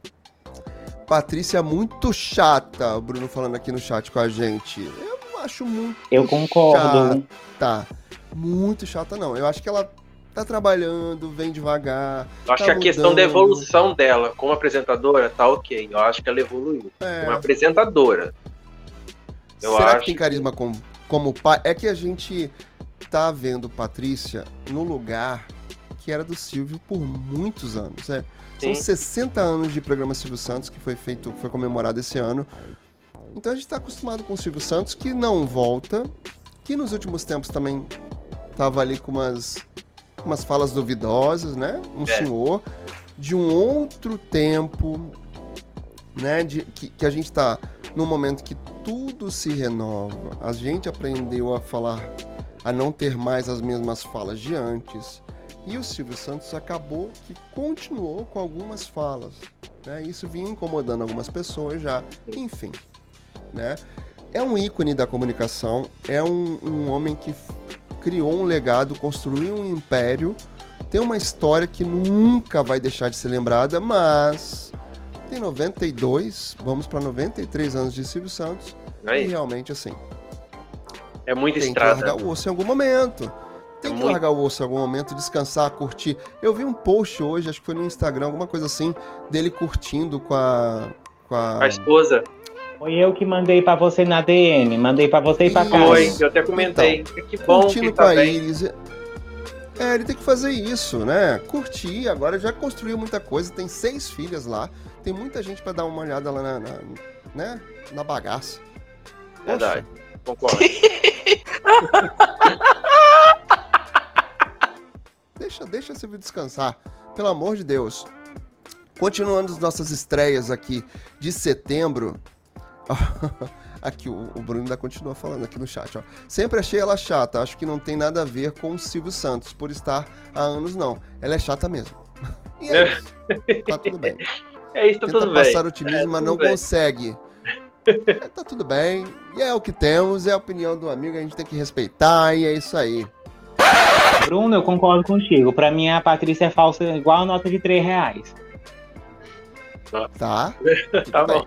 Patrícia muito chata, o Bruno falando aqui no chat com a gente. Eu acho muito Eu concordo. chata. Muito chata, não. Eu acho que ela tá trabalhando, vem devagar. Eu acho que a questão da evolução dela como apresentadora tá ok. Eu acho que ela evoluiu. Como apresentadora. Será que tem carisma como pai? É que a gente tá vendo Patrícia no lugar que era do Silvio por muitos anos, né? São 60 anos de programa Silvio Santos que foi comemorado esse ano. Então a gente tá acostumado com o Silvio Santos, que não volta, que nos últimos tempos também tava ali com umas falas duvidosas, né? Senhor de um outro tempo, né? Que a gente tá num momento que tudo se renova. A gente aprendeu a não ter mais as mesmas falas de antes. E o Silvio Santos acabou que continuou com algumas falas, né? Isso vinha incomodando algumas pessoas já. Enfim, né? É um ícone da comunicação, é um homem que criou um legado, construiu um império, tem uma história que nunca vai deixar de ser lembrada, mas tem 92, vamos para 93 anos de Silvio Santos, e realmente assim... É muita estrada. Tem que largar o osso em algum momento. Largar o osso em algum momento, descansar, curtir. Eu vi um post hoje, acho que foi no Instagram, alguma coisa assim, dele curtindo com a esposa. Foi eu que mandei pra você na DM, mandei pra você e pra casa. Foi, eu até comentei. Então, que bom curtindo que tá com a bem. Iris. Ele tem que fazer isso, né? Curtir, agora já construiu muita coisa, tem 6 filhas lá, tem muita gente pra dar uma olhada lá na bagaça. Verdade, concordo. Deixa esse vídeo descansar, pelo amor de Deus. Continuando as nossas estreias aqui de setembro. Aqui o Bruno ainda continua falando aqui no chat, ó. Sempre achei ela chata, acho que não tem nada a ver com o Silvio Santos, por estar há anos não. Ela é chata mesmo. E é isso. Tá tudo bem. É isso, tá tudo bem. Tenta passar otimismo, mas não consegue. Tá tudo bem. E é o que temos, é a opinião do amigo, a gente tem que respeitar e é isso aí. Bruno, eu concordo contigo. Pra mim, a Patrícia é falsa igual a nota de R$3. Tá? Tá bom.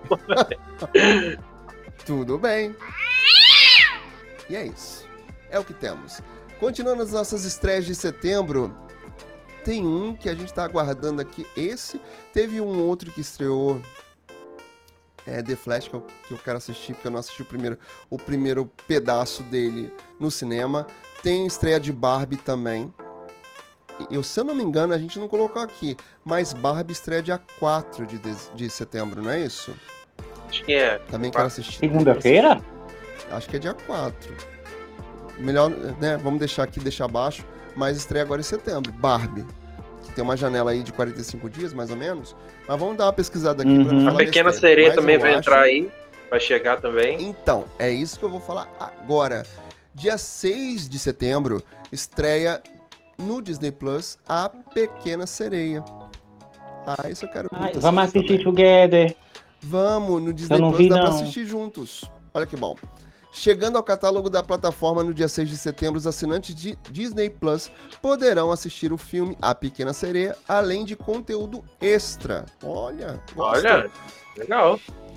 Tudo bem. E é isso. É o que temos. Continuando as nossas estreias de setembro, tem um que a gente tá aguardando aqui. Teve um outro que estreou, The Flash, que eu quero assistir, porque eu não assisti o primeiro pedaço dele no cinema. Tem estreia de Barbie também. Se eu não me engano, a gente não colocou aqui, mas Barbie estreia dia 4 de setembro, não é isso? Acho que é. Também quero assistir. Segunda-feira? Acho que é dia 4. Melhor, né? Vamos deixar abaixo, mas estreia agora em setembro. Barbie. Que tem uma janela aí de 45 dias, mais ou menos. Mas vamos dar uma pesquisada aqui pra não falar A Pequena Sereia também vai entrar aí. Vai chegar também. Então, é isso que eu vou falar agora. Dia 6 de setembro, estreia no Disney Plus A Pequena Sereia. Isso eu quero muito. Vamos assistir together. Vamos, no Disney Plus dá pra assistir juntos. Olha que bom. Chegando ao catálogo da plataforma no dia 6 de setembro, os assinantes de Disney Plus poderão assistir o filme A Pequena Sereia, além de conteúdo extra. Olha, legal.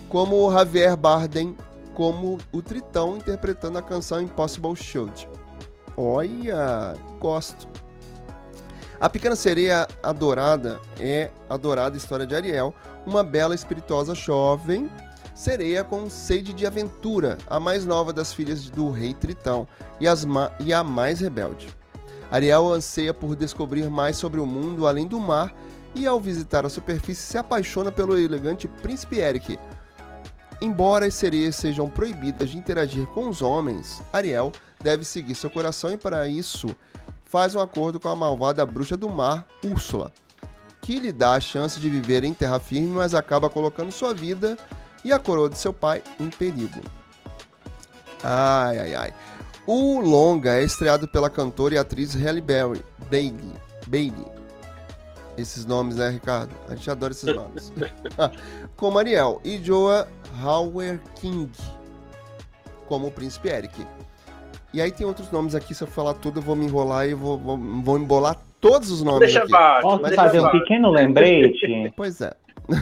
como o Javier Bardem como o Tritão interpretando a canção Impossible Shield. Olha, gosto. A Pequena Sereia Adorada é a adorada história de Ariel, uma bela e espirituosa jovem sereia com sede de aventura, a mais nova das filhas do rei Tritão e a mais rebelde. Ariel anseia por descobrir mais sobre o mundo além do mar e, ao visitar a superfície, se apaixona pelo elegante príncipe Eric. Embora as sereias sejam proibidas de interagir com os homens, Ariel deve seguir seu coração e, para isso, faz um acordo com a malvada bruxa do mar, Úrsula, que lhe dá a chance de viver em terra firme, mas acaba colocando sua vida e a coroa de seu pai em perigo. Ai, ai, ai. O longa é estreado pela cantora e atriz Halle Bailey. Esses nomes, né, Ricardo? A gente adora esses nomes. Como Ariel e Joa Hauer King como o príncipe Eric. E aí tem outros nomes aqui, se eu falar tudo eu vou me enrolar e vou embolar todos os nomes deixa aqui. Posso fazer um pequeno lembrete? Pois é.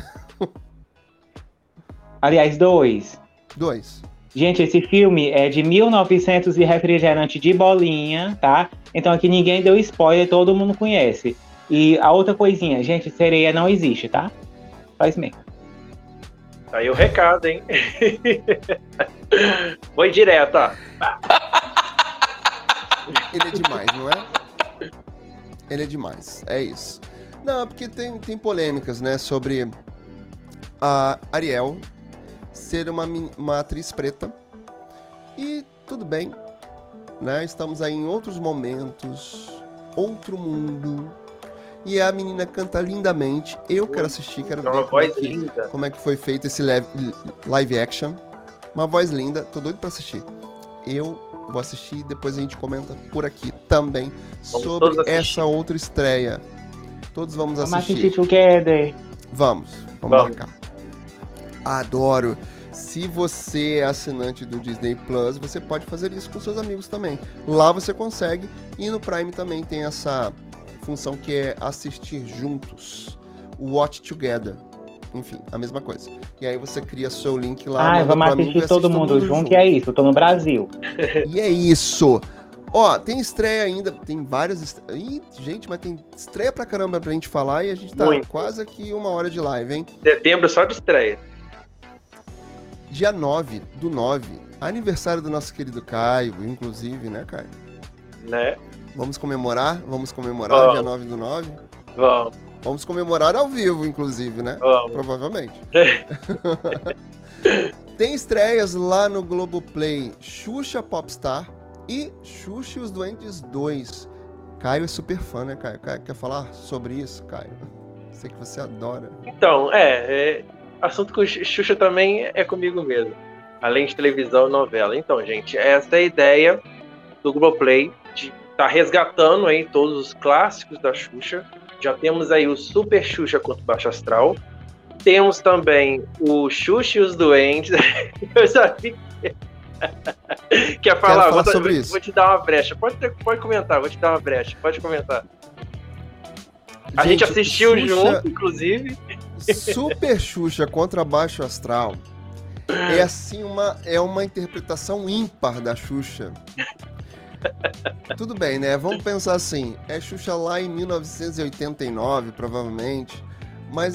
Aliás, 2. Gente, esse filme é de 1900 e refrigerante de bolinha, tá? Então aqui ninguém deu spoiler, todo mundo conhece. E a outra coisinha, gente, sereia não existe, tá? Faz mesmo. Tá aí o recado, hein? Foi direto, ó. Ele é demais, não é? Ele é demais, é isso. Não, porque tem polêmicas, né, sobre a Ariel ser uma atriz preta. E tudo bem, né? Estamos aí em outros momentos, outro mundo. E a menina canta lindamente. Eu quero assistir, quero ver como é que foi feito esse live action. Uma voz linda, tô doido pra assistir. Eu vou assistir e depois a gente comenta por aqui também sobre essa outra estreia. Todos vamos assistir. Vamos assistir together. Vamos marcar. Adoro. Se você é assinante do Disney Plus, você pode fazer isso com seus amigos também. Lá você consegue. E no Prime também tem essa função que é assistir juntos. Watch Together. Enfim, a mesma coisa. E aí você cria seu link lá. Vamos assistir todo mundo junto. E é isso, eu tô no Brasil. E é isso. Ó, tem estreia ainda, tem várias estreias. Ih, gente, mas tem estreia pra caramba pra gente falar e a gente tá quase aqui 1 hora de live, hein? Setembro só de estreia. Dia 9/9, aniversário do nosso querido Caio, inclusive, né, Caio? Né? Vamos comemorar dia 9/9? Vamos. Vamos comemorar ao vivo, inclusive, né? Provavelmente. Tem estreias lá no Globoplay, Xuxa Popstar e Xuxa e os Duendes 2. Caio é super fã, né, Caio? Quer falar sobre isso, Caio? Sei que você adora. Então, assunto com Xuxa também é comigo mesmo. Além de televisão e novela. Então, gente, essa é a ideia do Globoplay de estar resgatando aí todos os clássicos da Xuxa. Já temos aí o Super Xuxa contra o Baixo Astral. Temos também o Xuxa e os Duendes. Eu sabia que... Quer falar sobre isso. Vou te dar uma brecha. Pode comentar, vou te dar uma brecha. Pode comentar. A gente assistiu Xuxa, junto, inclusive. Super Xuxa contra Baixo Astral é assim uma interpretação ímpar da Xuxa. Tudo bem, né? Vamos pensar assim. É Xuxa lá em 1989, provavelmente. Mas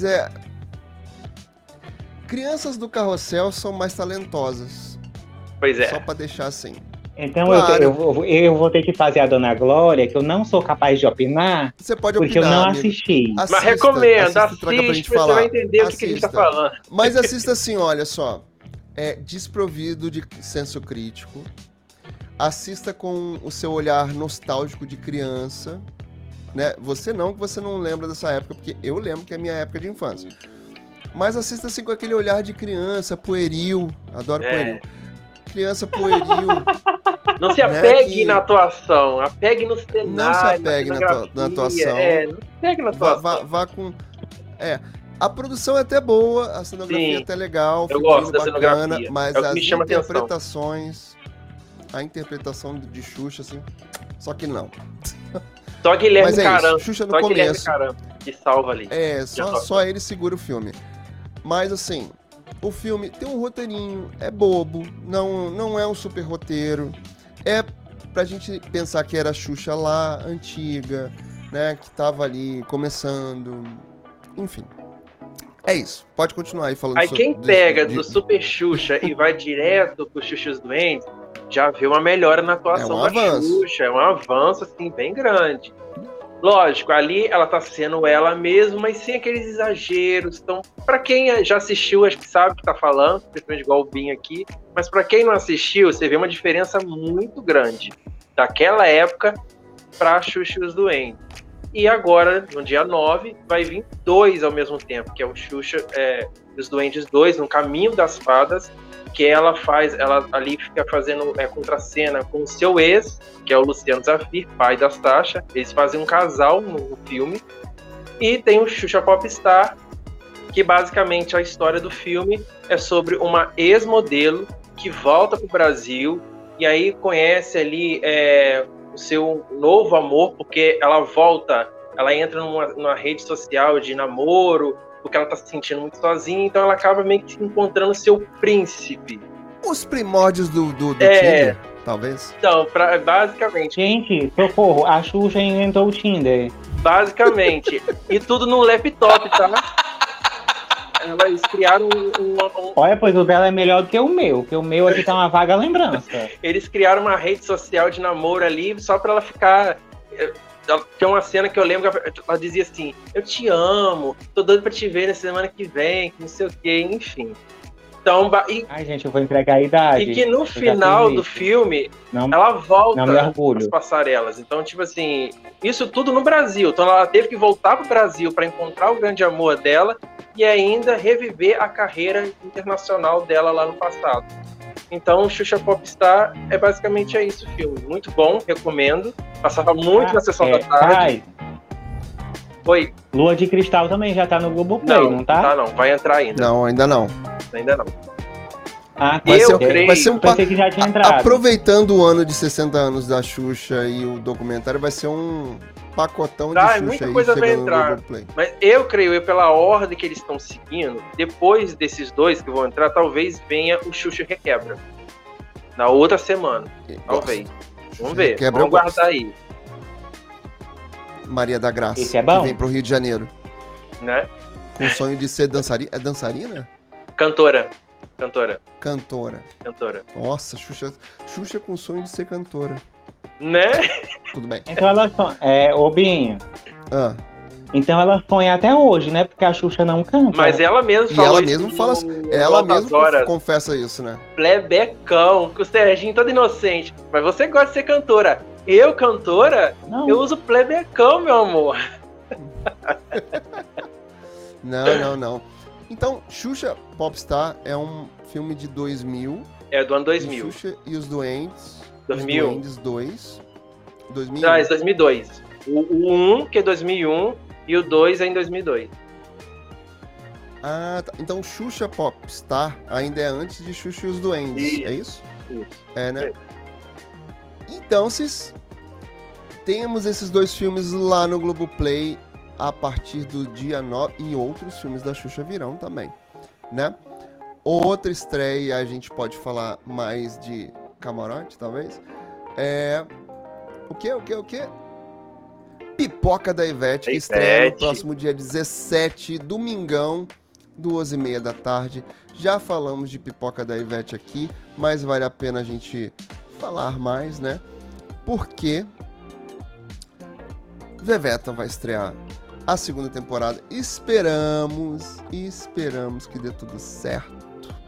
crianças do Carrossel são mais talentosas. Pois é. Só pra deixar assim. Então claro. eu vou ter que fazer a Dona Glória, que eu não sou capaz de opinar. Você pode porque opinar, eu não amigo. assisti. Mas recomendo, assiste, você vai entender o que a gente tá falando. Mas assista assim, olha só. É desprovido de senso crítico. Assista com o seu olhar nostálgico de criança, né? Você não lembra dessa época, porque eu lembro que é a minha época de infância. Mas assista assim com aquele olhar de criança, pueril. Adoro pueril. Criança pueril. Não se apegue na atuação, apegue no cenário. Não se apegue na atuação. Não se apegue na atuação. Vá com... A produção é até boa, a cenografia é até legal. Eu gosto da cenografia. Mas as interpretações... A interpretação de Xuxa, assim... Só que não. Só Guilherme Caramba. Xuxa no começo. Que salva ali. Só ele segura o filme. Mas, assim... o filme tem um roteirinho, é bobo, não é um super roteiro. É pra gente pensar que era a Xuxa lá, antiga, né? Que tava ali começando. Enfim. É isso. Pode continuar aí falando. Aí quem pega do Super Xuxa e vai direto pro Xuxa e os Duendes, já vê uma melhora na atuação da Xuxa. É um avanço, assim, bem grande. Lógico, ali ela tá sendo ela mesma, mas sem aqueles exageros. Então, pra quem já assistiu, acho que sabe o que tá falando, principalmente igual o Binho aqui. Mas pra quem não assistiu, você vê uma diferença muito grande daquela época pra Xuxa e os Duendes. E agora, no dia 9, vai vir 2 ao mesmo tempo, que é o Xuxa e os Duendes 2, no Caminho das Fadas, que ela ali fica fazendo contracena com o seu ex, que é o Luciano Zafir, pai da Tasha. Eles fazem um casal no filme. E tem o Xuxa Popstar, que basicamente a história do filme é sobre uma ex-modelo que volta pro Brasil e aí conhece ali o seu novo amor, porque ela entra numa rede social de namoro, porque ela tá se sentindo muito sozinha, então ela acaba meio que encontrando seu príncipe. Os primórdios do Tinder, talvez? Então, basicamente... Gente, socorro, a Xuxa inventou o Tinder. Basicamente. E tudo no laptop, tá? Eles criaram Olha, pois o dela é melhor do que o meu aqui tá uma vaga lembrança. Eles criaram uma rede social de namoro ali, só pra ela ficar... Tem uma cena que eu lembro que ela dizia assim: eu te amo, tô doido pra te ver na semana que vem, não sei o que, enfim. Então, ai, gente, eu vou entregar a idade. E que no final do filme, ela volta às passarelas. Então, tipo assim, isso tudo no Brasil. Então ela teve que voltar pro Brasil pra encontrar o grande amor dela e ainda reviver a carreira internacional dela lá no passado. Então, Xuxa Popstar é basicamente isso o filme. Muito bom, recomendo. Passava muito na sessão da tarde. Oi. Lua de Cristal também já tá no Globoplay, não tá? Não tá, não. Vai entrar ainda. Não, ainda não. Ainda não. Vai ser um pensei que já tinha entrado. Aproveitando o ano de 60 anos da Xuxa e o documentário, vai ser um pacotão de Xuxa muita aí coisa vai entrar. Mas eu creio, pela ordem que eles estão seguindo, depois desses 2 que vão entrar, talvez venha o Xuxa Requebra. Na outra semana. Talvez. Vamos ver. Vamos guardar aí. Maria da Graça. Esse é bom? Que vem pro Rio de Janeiro. Né? Com o sonho de ser dançarina. É dançarina? Cantora. Nossa, Xuxa com o sonho de ser cantora. Né? Tudo bem. Então ela Binho. Ah. Então ela sonha até hoje, né? Porque a Xuxa não canta. Mas ela mesma fala. Ela mesma confessa isso, né? Plebecão, com o Serginho todo inocente. Mas você gosta de ser cantora. Eu, cantora, não. Eu uso plebecão, meu amor. Não. Então, Xuxa Popstar é um filme de 2000. É do ano 2000. Xuxa e os Duendes. 2000. Os Duendes 2. 2000. Não, é 2002. O 1, que é 2001, e o 2 é em 2002. Ah, tá. Então Xuxa Popstar ainda é antes de Xuxa e os Duendes, é isso? Isso. É, né? Então, temos esses 2 filmes lá no Globoplay a partir do dia 9, e outros filmes da Xuxa virão também, né? Outra estreia, a gente pode falar mais de camarote, talvez. O quê? Pipoca da Ivete, que estreia no próximo dia 17, domingão, 2h30 da tarde. Já falamos de Pipoca da Ivete aqui, mas vale a pena a gente falar mais, né? Porque Veveta vai estrear a 2ª temporada. Esperamos que dê tudo certo.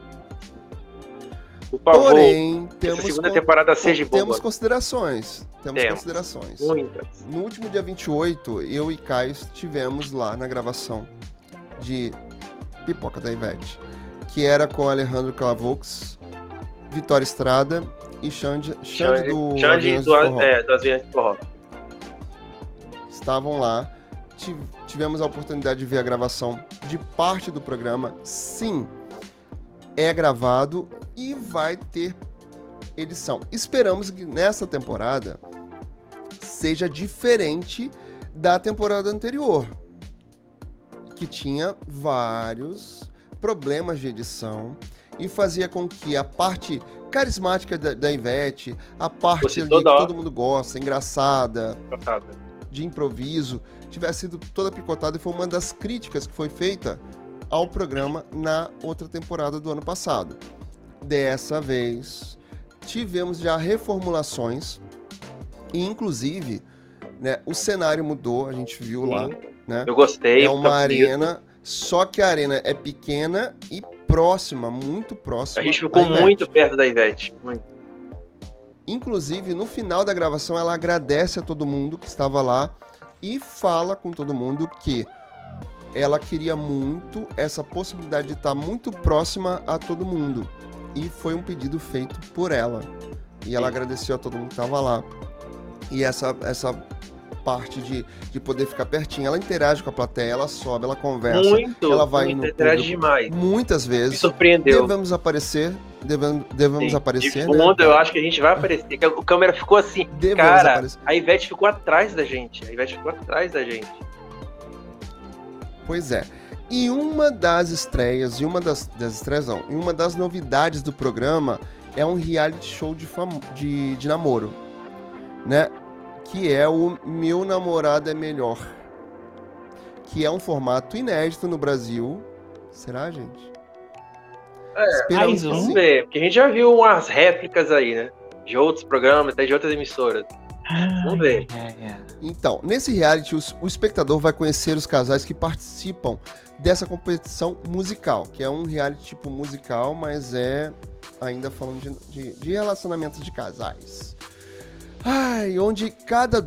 Por favor, porém, temos a 2ª temporada seja boa. Temos considerações. Muitas. No último dia 28, eu e Caio estivemos lá na gravação de Pipoca da Ivete, que era com Alejandro Clavaux, Vitória Estrada e Xande do Aviões do Forró. Estavam lá. Tivemos a oportunidade de ver a gravação de parte do programa. Sim, é gravado e vai ter edição. Esperamos que nessa temporada seja diferente da temporada anterior, que tinha vários problemas de edição e fazia com que a parte carismática da Ivete, a parte ali que todo mundo gosta, engraçada, de improviso, tivesse sido toda picotada, e foi uma das críticas que foi feita ao programa na outra temporada do ano passado. Dessa vez, tivemos já reformulações e, inclusive, né, o cenário mudou, a gente viu lá, né? Eu gostei. É uma arena, só que a arena é pequena e próxima, muito próxima. A gente ficou muito perto da Ivete. Muito. Inclusive, no final da gravação, ela agradece a todo mundo que estava lá e fala com todo mundo que ela queria muito essa possibilidade de estar muito próxima a todo mundo. E foi um pedido feito por ela. E ela agradeceu a todo mundo que estava lá. E essa parte de poder ficar pertinho, ela interage com a plateia, ela sobe, ela conversa, ela vai no interage demais. Muitas vezes. Me surpreendeu. Devemos aparecer, de fundo, né? Eu acho que a gente vai aparecer. O câmera ficou assim, aparecer. A Ivete ficou atrás da gente. Pois é. E uma das estreias, e uma das novidades do programa é um reality show de namoro, né? Que é o Meu Namorado é Melhor. Que é um formato inédito no Brasil. Será, gente? Vamos ver. Porque a gente já viu umas réplicas aí, né? De outros programas, até de outras emissoras. Vamos ver. Então, nesse reality, o espectador vai conhecer os casais que participam dessa competição musical. Que é um reality tipo musical, mas é ainda falando de relacionamentos de casais. Onde cada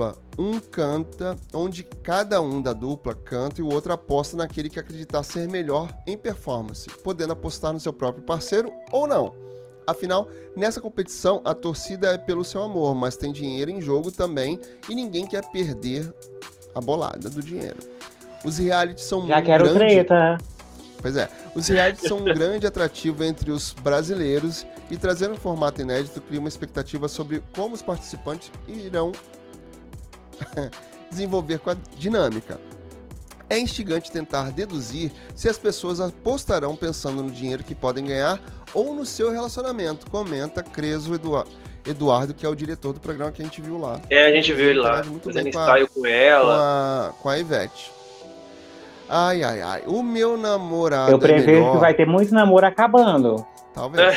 um da dupla canta e o outro aposta naquele que acreditar ser melhor em performance, podendo apostar no seu próprio parceiro ou não. Afinal, nessa competição, a torcida é pelo seu amor, mas tem dinheiro em jogo também e ninguém quer perder a bolada do dinheiro. Os realities são treta. Pois é, os realities são um grande atrativo entre os brasileiros e trazer um formato inédito cria uma expectativa sobre como os participantes irão desenvolver com a dinâmica. É instigante tentar deduzir se as pessoas apostarão pensando no dinheiro que podem ganhar ou no seu relacionamento, comenta Creso Eduardo, que é o diretor do programa que a gente viu lá. A gente viu ele lá, fazendo ensaio com ela. Com a Ivete. O Meu Namorado Eu prevejo que vai ter muito namoro acabando. Talvez.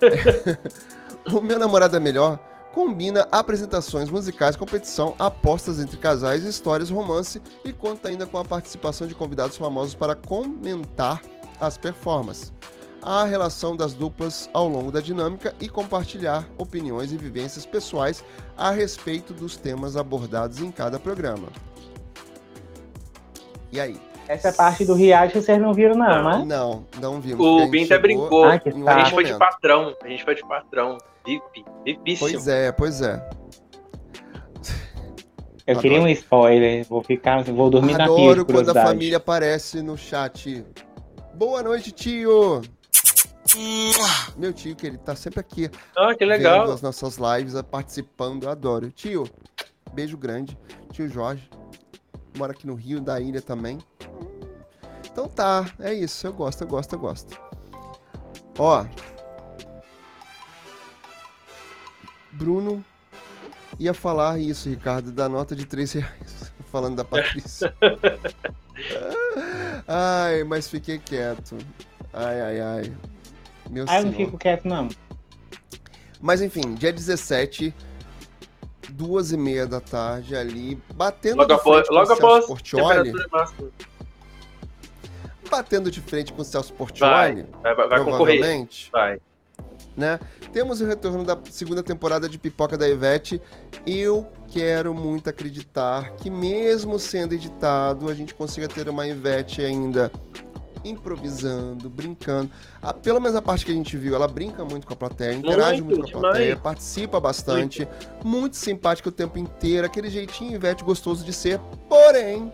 O Meu Namorado é Melhor combina apresentações musicais, competição, apostas entre casais, histórias, romance e conta ainda com a participação de convidados famosos para comentar as performances, a relação das duplas ao longo da dinâmica e compartilhar opiniões e vivências pessoais a respeito dos temas abordados em cada programa. E aí? Essa parte do reality vocês não viram, né? Não vimos. O Bin até brincou. A gente foi de patrão. VIPíssimo. Pois é. Eu queria um spoiler. Vou dormir na pia. Adoro quando a família aparece no chat. Boa noite, tio. Meu tio, que ele tá sempre aqui. Que legal. Vendo as nossas lives, participando. Adoro. Tio, beijo grande. Tio Jorge. Mora aqui no Rio, da ilha também. Então tá, é isso. Eu gosto. Ó. Bruno ia falar isso, Ricardo, da nota de R$3. Falando da Patrícia. Mas fiquei quieto. Meu senhor. Eu não fico quieto, não. Mas enfim, dia 17... 2h30 da tarde ali, batendo de frente com o Celso Portiolli. Batendo de frente com o Celso Portiolli. Vai provavelmente. Vai. Né? Temos o retorno da segunda temporada de Pipoca da Ivete. Eu quero muito acreditar que mesmo sendo editado, a gente consiga ter uma Ivete ainda improvisando, brincando. Pelo menos a parte que a gente viu, ela brinca muito com a plateia, interage muito com a plateia, participa bastante, muito simpática o tempo inteiro, aquele jeitinho Ivete gostoso de ser, porém,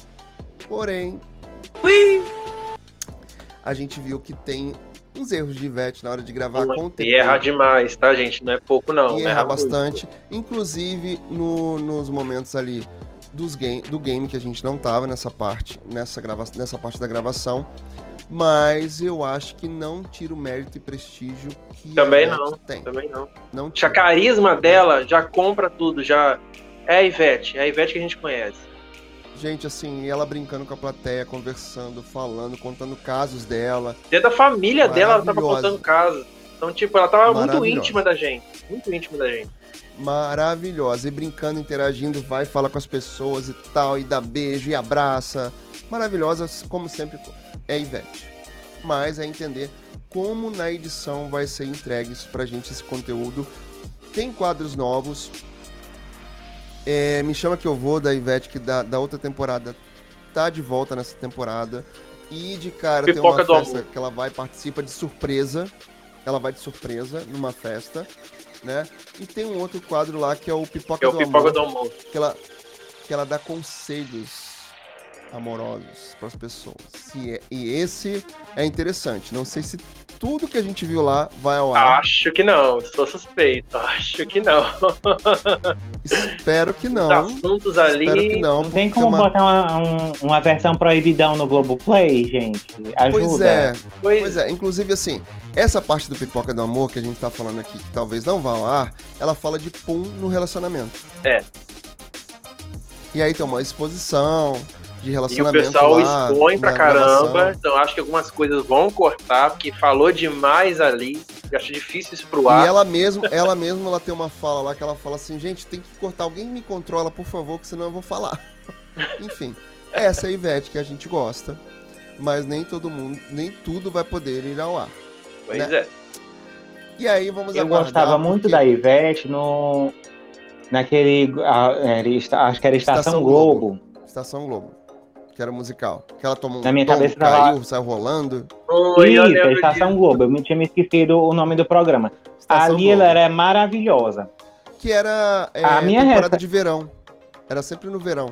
a gente viu que tem uns erros de Ivete na hora de gravar com o tempo. E erra demais, tá, gente? Não é pouco, não. E erra bastante, inclusive nos momentos ali do game que a gente não tava nessa parte da gravação, Mas eu acho que não tira o mérito e prestígio que também a Ivete não, tem. Também não. Não a carisma dela já compra tudo, já é a Ivete que a gente conhece. Gente, assim, ela brincando com a plateia, conversando, falando, contando casos dela. Dentro da família dela, ela tava contando casos. Então, tipo, ela tava muito íntima da gente. Muito íntima da gente. Maravilhosa. E brincando, interagindo, vai, fala com as pessoas e tal, e dá beijo e abraça. Maravilhosa, como sempre, é a Ivete. Mas é entender como na edição vai ser entregue pra gente esse conteúdo. Tem quadros novos. Me Chama Que Eu Vou, da Ivete, que da outra temporada tá de volta nessa temporada. E de cara Pipoca tem uma festa que ela participa de surpresa. Ela vai de surpresa numa festa, né? E tem um outro quadro lá que é o Pipoca do Amor. Que ela dá conselhos amorosos para as pessoas. E esse é interessante. Não sei se tudo que a gente viu lá vai ao ar. Acho que não, sou suspeito. Acho que não. Espero que não. Os assuntos ali. Espero que não. Não tem como botar uma versão proibidão no Globoplay, gente? Ajuda. Pois é. Inclusive, assim, essa parte do Pipoca do Amor que a gente tá falando aqui, que talvez não vá ao ar, ela fala de pum no relacionamento. E aí tem uma exposição de relacionamento. E o pessoal lá, expõe pra caramba, então acho que algumas coisas vão cortar, porque falou demais ali, eu acho difícil isso pro ar. E ela mesma tem uma fala lá que ela fala assim, gente, tem que cortar, alguém me controla, por favor, que senão eu vou falar. Enfim, essa é a Ivete que a gente gosta, mas nem tudo vai poder ir ao ar. Pois é. E aí vamos aguardar. Eu gostava muito da Ivete naquele, acho que era Estação Globo. Estação Globo. Que era musical. Que ela tomou na minha cabeça caiu, saiu rolando. Isso, Estação Globo. Eu tinha me esquecido o nome do programa. Estação ali Globo. Ela era maravilhosa. Que era a minha temporada de verão. Era sempre no verão.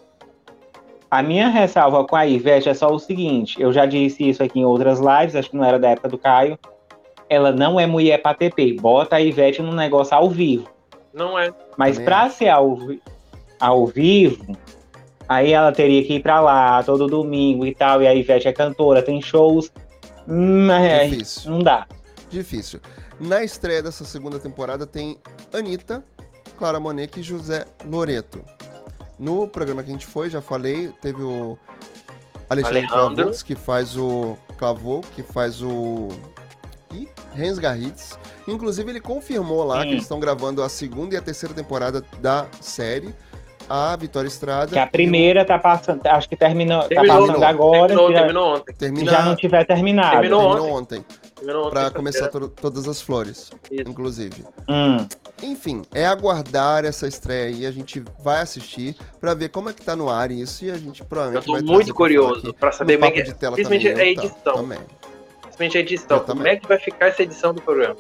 A minha ressalva com a Ivete é só o seguinte. Eu já disse isso aqui em outras lives, acho que não era da época do Caio. Ela não é mulher pra TP. Bota a Ivete num negócio ao vivo. Não é. Mas pra ser ao vivo... Aí ela teria que ir pra lá todo domingo e tal. E a Ivete é cantora, tem shows. Difícil. Não dá. Difícil. Na estreia dessa segunda temporada tem Anitta, Clara Monet e José Loreto. No programa que a gente foi, já falei, teve o Alexandre Clavaux, que faz o Clavaux, que faz o Renz Garritz. Inclusive ele confirmou lá que eles estão gravando a segunda e a terceira temporada da série. A Vitória Estrada. Que a primeira tá passando, acho que terminou tá passando agora. Terminou ontem. Se já não tiver terminado. Terminou ontem. Pra começar todas as flores, inclusive. Enfim, é aguardar essa estreia aí, a gente vai assistir pra ver como é que tá no ar isso e a gente provavelmente vai trazer. Eu tô muito curioso pra saber como é que principalmente a edição. Principalmente a edição. Como é que vai ficar essa edição do programa?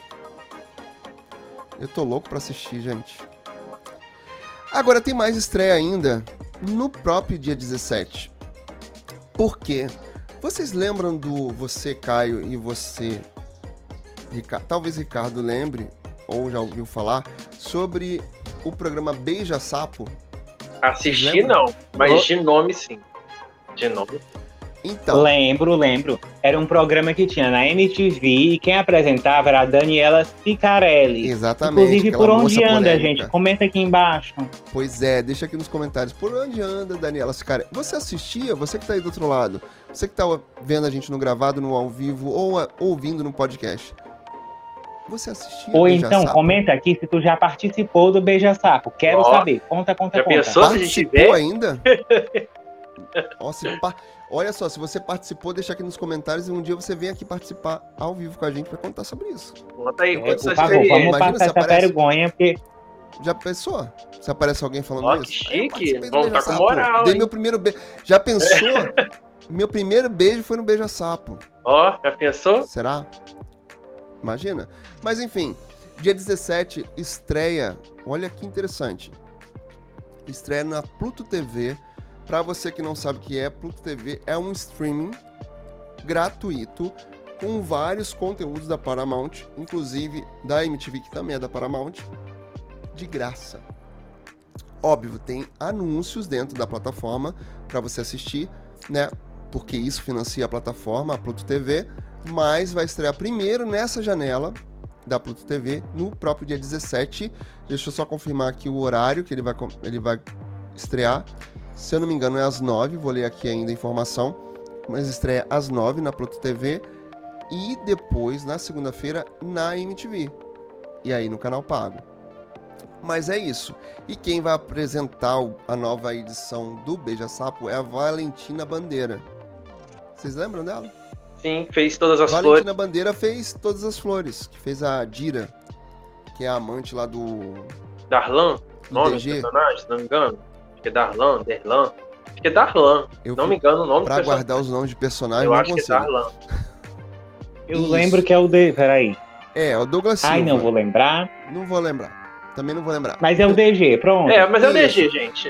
Eu tô louco pra assistir, gente. Agora tem mais estreia ainda no próprio dia 17. Por quê? Vocês lembram do você, Caio, e você, Ricardo? Talvez Ricardo lembre, ou já ouviu falar, sobre o programa Beija Sapo? Assisti não, mas de nome sim. De nome. Então. Lembro. Era um programa que tinha na MTV e quem apresentava era a Daniela Sicarelli. Exatamente. Inclusive, por onde anda, polêmica. Gente? Comenta aqui embaixo. Pois é, deixa aqui nos comentários. Por onde anda, Daniela Sicarelli? Você assistia? Você que tá aí do outro lado? Você que tá vendo a gente no gravado, no ao vivo ou ouvindo no podcast? Você assistia? Ou então, comenta aqui se tu já participou do Beija Sapo. Quero saber. Conta. Pensou se a gente tiver? Ainda? Olha só, se você participou, deixa aqui nos comentários e um dia você vem aqui participar ao vivo com a gente pra contar sobre isso. Conta aí, por favor, vamos passar essa vergonha, porque... Já pensou? Se aparece alguém falando isso? Que chique, vamos estar com moral. Dei meu primeiro beijo. Já pensou? Meu primeiro beijo foi no Beija Sapo. Já pensou? Será? Imagina. Mas enfim, dia 17 estreia, olha que interessante. Estreia na Pluto TV. Pra você que não sabe o que é, Pluto TV é um streaming gratuito com vários conteúdos da Paramount, inclusive da MTV, que também é da Paramount, de graça. Óbvio, tem anúncios dentro da plataforma pra você assistir, né? porque isso financia a plataforma, a Pluto TV, mas vai estrear primeiro nessa janela da Pluto TV, no próprio dia 17. Deixa eu só confirmar aqui o horário que ele vai estrear. Se eu não me engano, é às 9, vou ler aqui ainda a informação, mas estreia às 9 na Pluto TV e depois, na segunda-feira, na MTV. E aí no canal pago. Mas é isso. E quem vai apresentar a nova edição do Beija-Sapo é a Valentina Bandeira. Vocês lembram dela? Sim, fez todas as flores. Valentina Bandeira fez todas as flores, que fez a Dira, que é a amante lá do... Darlan? Nome do personagem, se não me engano. Acho que é Darlan, Derlan. Acho que é Darlan. Não me engano o nome do personagem. Pra guardar os nomes de personagens, eu não acho consigo. Que é Darlan. Eu lembro que é o DG. Peraí. É o Douglas Silva. Ai, não vou lembrar. Não vou lembrar. Também não vou lembrar. Mas é o DG, pronto. Mas é o DG, gente.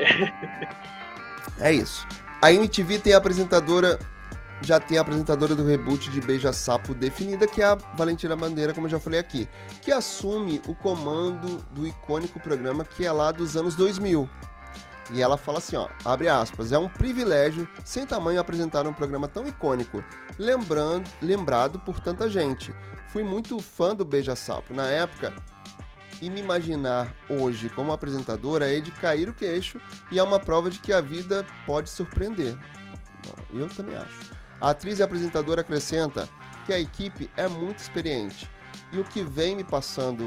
É isso. A MTV tem a apresentadora... Já tem a apresentadora do reboot de Beija-Sapo definida, que é a Valentina Bandeira, como eu já falei aqui, que assume o comando do icônico programa que é lá dos anos 2000. E ela fala assim, ó, abre aspas, é um privilégio sem tamanho apresentar um programa tão icônico, lembrado por tanta gente. Fui muito fã do Beija-Sapo na época e me imaginar hoje como apresentadora é de cair o queixo e é uma prova de que a vida pode surpreender. Eu também acho. A atriz e apresentadora acrescenta que a equipe é muito experiente e o que vem me passando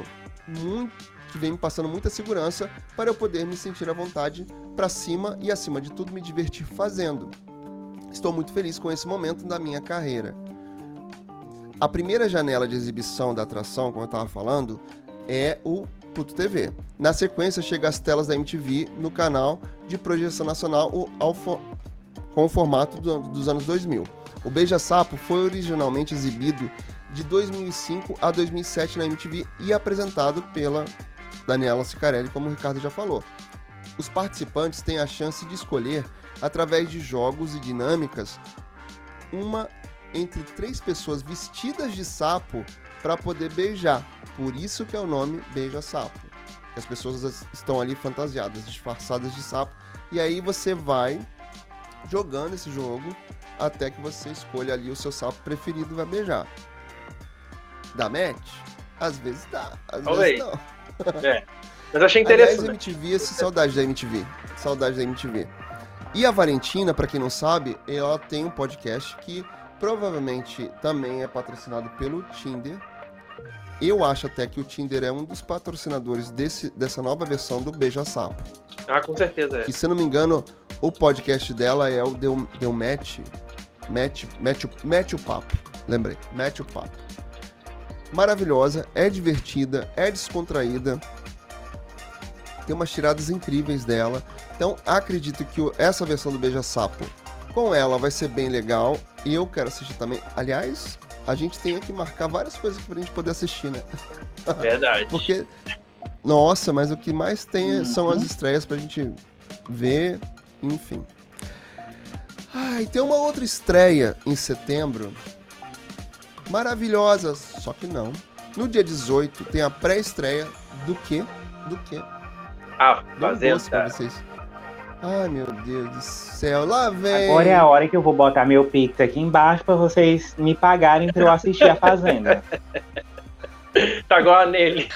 muita segurança para eu poder me sentir à vontade para cima e, acima de tudo, me divertir fazendo. Estou muito feliz com esse momento da minha carreira. A primeira janela de exibição da atração, como eu estava falando, é o Pluto TV. Na sequência, chega às telas da MTV no canal de projeção nacional com o formato dos anos 2000. O Beija-Sapo foi originalmente exibido de 2005 a 2007 na MTV e apresentado pela Daniela Cicarelli, como o Ricardo já falou. Os participantes têm a chance de escolher, através de jogos e dinâmicas, uma entre 3 pessoas vestidas de sapo para poder beijar. Por isso que é o nome Beija-Sapo. As pessoas estão ali fantasiadas, disfarçadas de sapo, e aí você vai jogando esse jogo até que você escolha ali o seu sapo preferido e vai beijar. Dá match? Às vezes dá, às vezes não. Mas achei interessante. Aliás, MTV, saudade da MTV. Saudade da MTV. E a Valentina, pra quem não sabe, ela tem um podcast que provavelmente também é patrocinado pelo Tinder. Eu acho até que o Tinder é um dos patrocinadores dessa nova versão do Beija-Sapo. Ah, com certeza é. E se eu não me engano, o podcast dela é o Deu Match o Papo. Lembrei, Match o Papo. Maravilhosa, é divertida, é descontraída. Tem umas tiradas incríveis dela. Então, acredito que essa versão do Beija-Sapo, com ela, vai ser bem legal. E eu quero assistir também. Aliás, a gente tem que marcar várias coisas pra gente poder assistir, né? Verdade. Porque, nossa, mas o que mais tem são as estreias pra gente ver, enfim. E tem uma outra estreia em setembro, maravilhosa, só que não. No dia 18 tem a pré-estreia do quê? A Fazenda. Ai, meu Deus do céu, lá vem. Agora é a hora que eu vou botar meu Pix aqui embaixo pra vocês me pagarem pra eu assistir a Fazenda. Tá igual nele.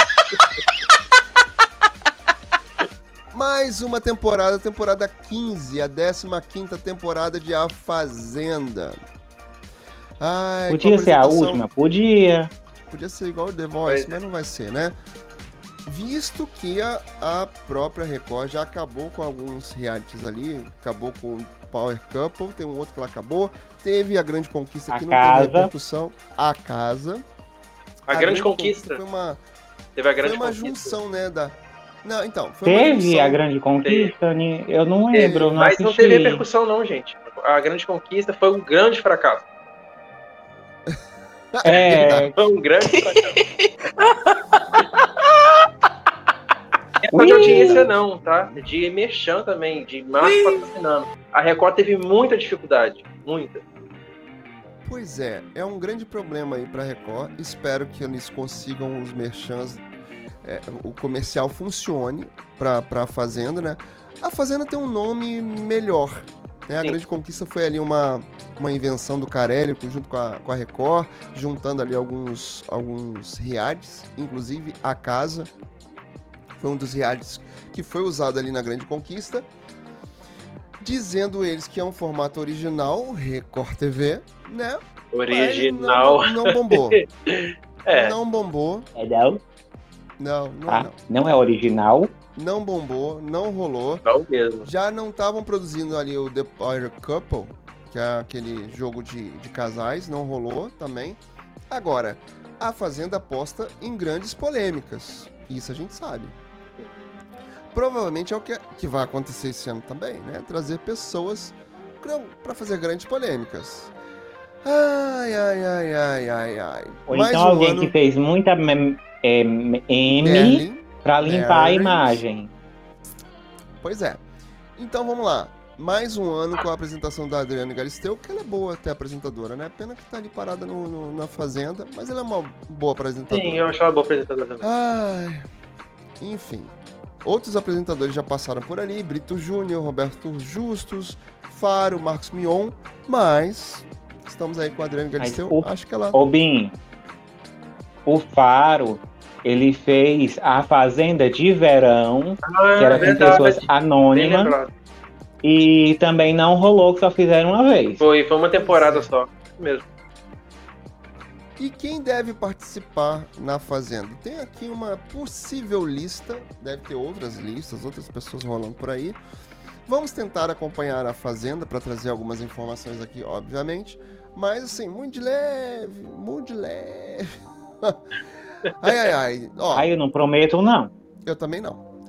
Mais uma temporada 15, a 15ª temporada de A Fazenda. Podia ser a última? Podia. Podia ser igual o The Voice, mas não vai ser, né? Visto que a própria Record já acabou com alguns realities ali, acabou com o Power Couple, tem um outro que ela acabou, teve a Grande Conquista que não teve repercussão, a Casa. A Grande Conquista. Teve a Grande Conquista. Junção, né, Não, então, teve a Grande Conquista? Eu não lembro, não assisti. Mas não teve repercussão não, gente. A Grande Conquista foi um grande fracasso. Foi um grande fracasso. Não é de audiência não, tá? De merchan também, de marca patrocinando. A Record teve muita dificuldade, muita. Pois é um grande problema aí pra Record. Espero que eles consigam os merchans, o comercial funcione pra Fazenda, né? A Fazenda tem um nome melhor, A Grande Conquista foi ali uma invenção do Carelli junto com a Record, juntando ali alguns realities, inclusive A Casa. Foi um dos realities que foi usado ali na Grande Conquista. Dizendo eles que é um formato original, Record TV, né? Original. Não bombou. Não bombou. Não? Não. Não é original. Não bombou, não rolou. Não mesmo. Já não estavam produzindo ali o The Power Couple, que é aquele jogo de casais, não rolou também. Agora, a Fazenda aposta em grandes polêmicas. Isso a gente sabe. Provavelmente é o que vai acontecer esse ano também, né? Trazer pessoas para fazer grandes polêmicas. Ai. Ou mais então alguém que fez muita M para limpar a imagem. Pois é. Então vamos lá. Mais um ano com a apresentação da Adriana Galisteu, que ela é boa até apresentadora, né? Pena que tá ali parada na Fazenda, mas ela é uma boa apresentadora. Sim, eu acho ela boa apresentadora também. Enfim. Outros apresentadores já passaram por ali, Brito Júnior, Roberto Justus, Faro, Marcos Mion, mas estamos aí com a Adriana Galisteu, acho que ela... Bin, o Faro, ele fez a Fazenda de Verão, que era com pessoas anônimas, e também não rolou, que só fizeram uma vez. Foi uma temporada só, mesmo. E quem deve participar na Fazenda? Tem aqui uma possível lista, deve ter outras listas, outras pessoas rolando por aí. Vamos tentar acompanhar a Fazenda para trazer algumas informações aqui, obviamente. Mas assim, muito de leve. Ai. Ó, eu não prometo, não. Eu também não.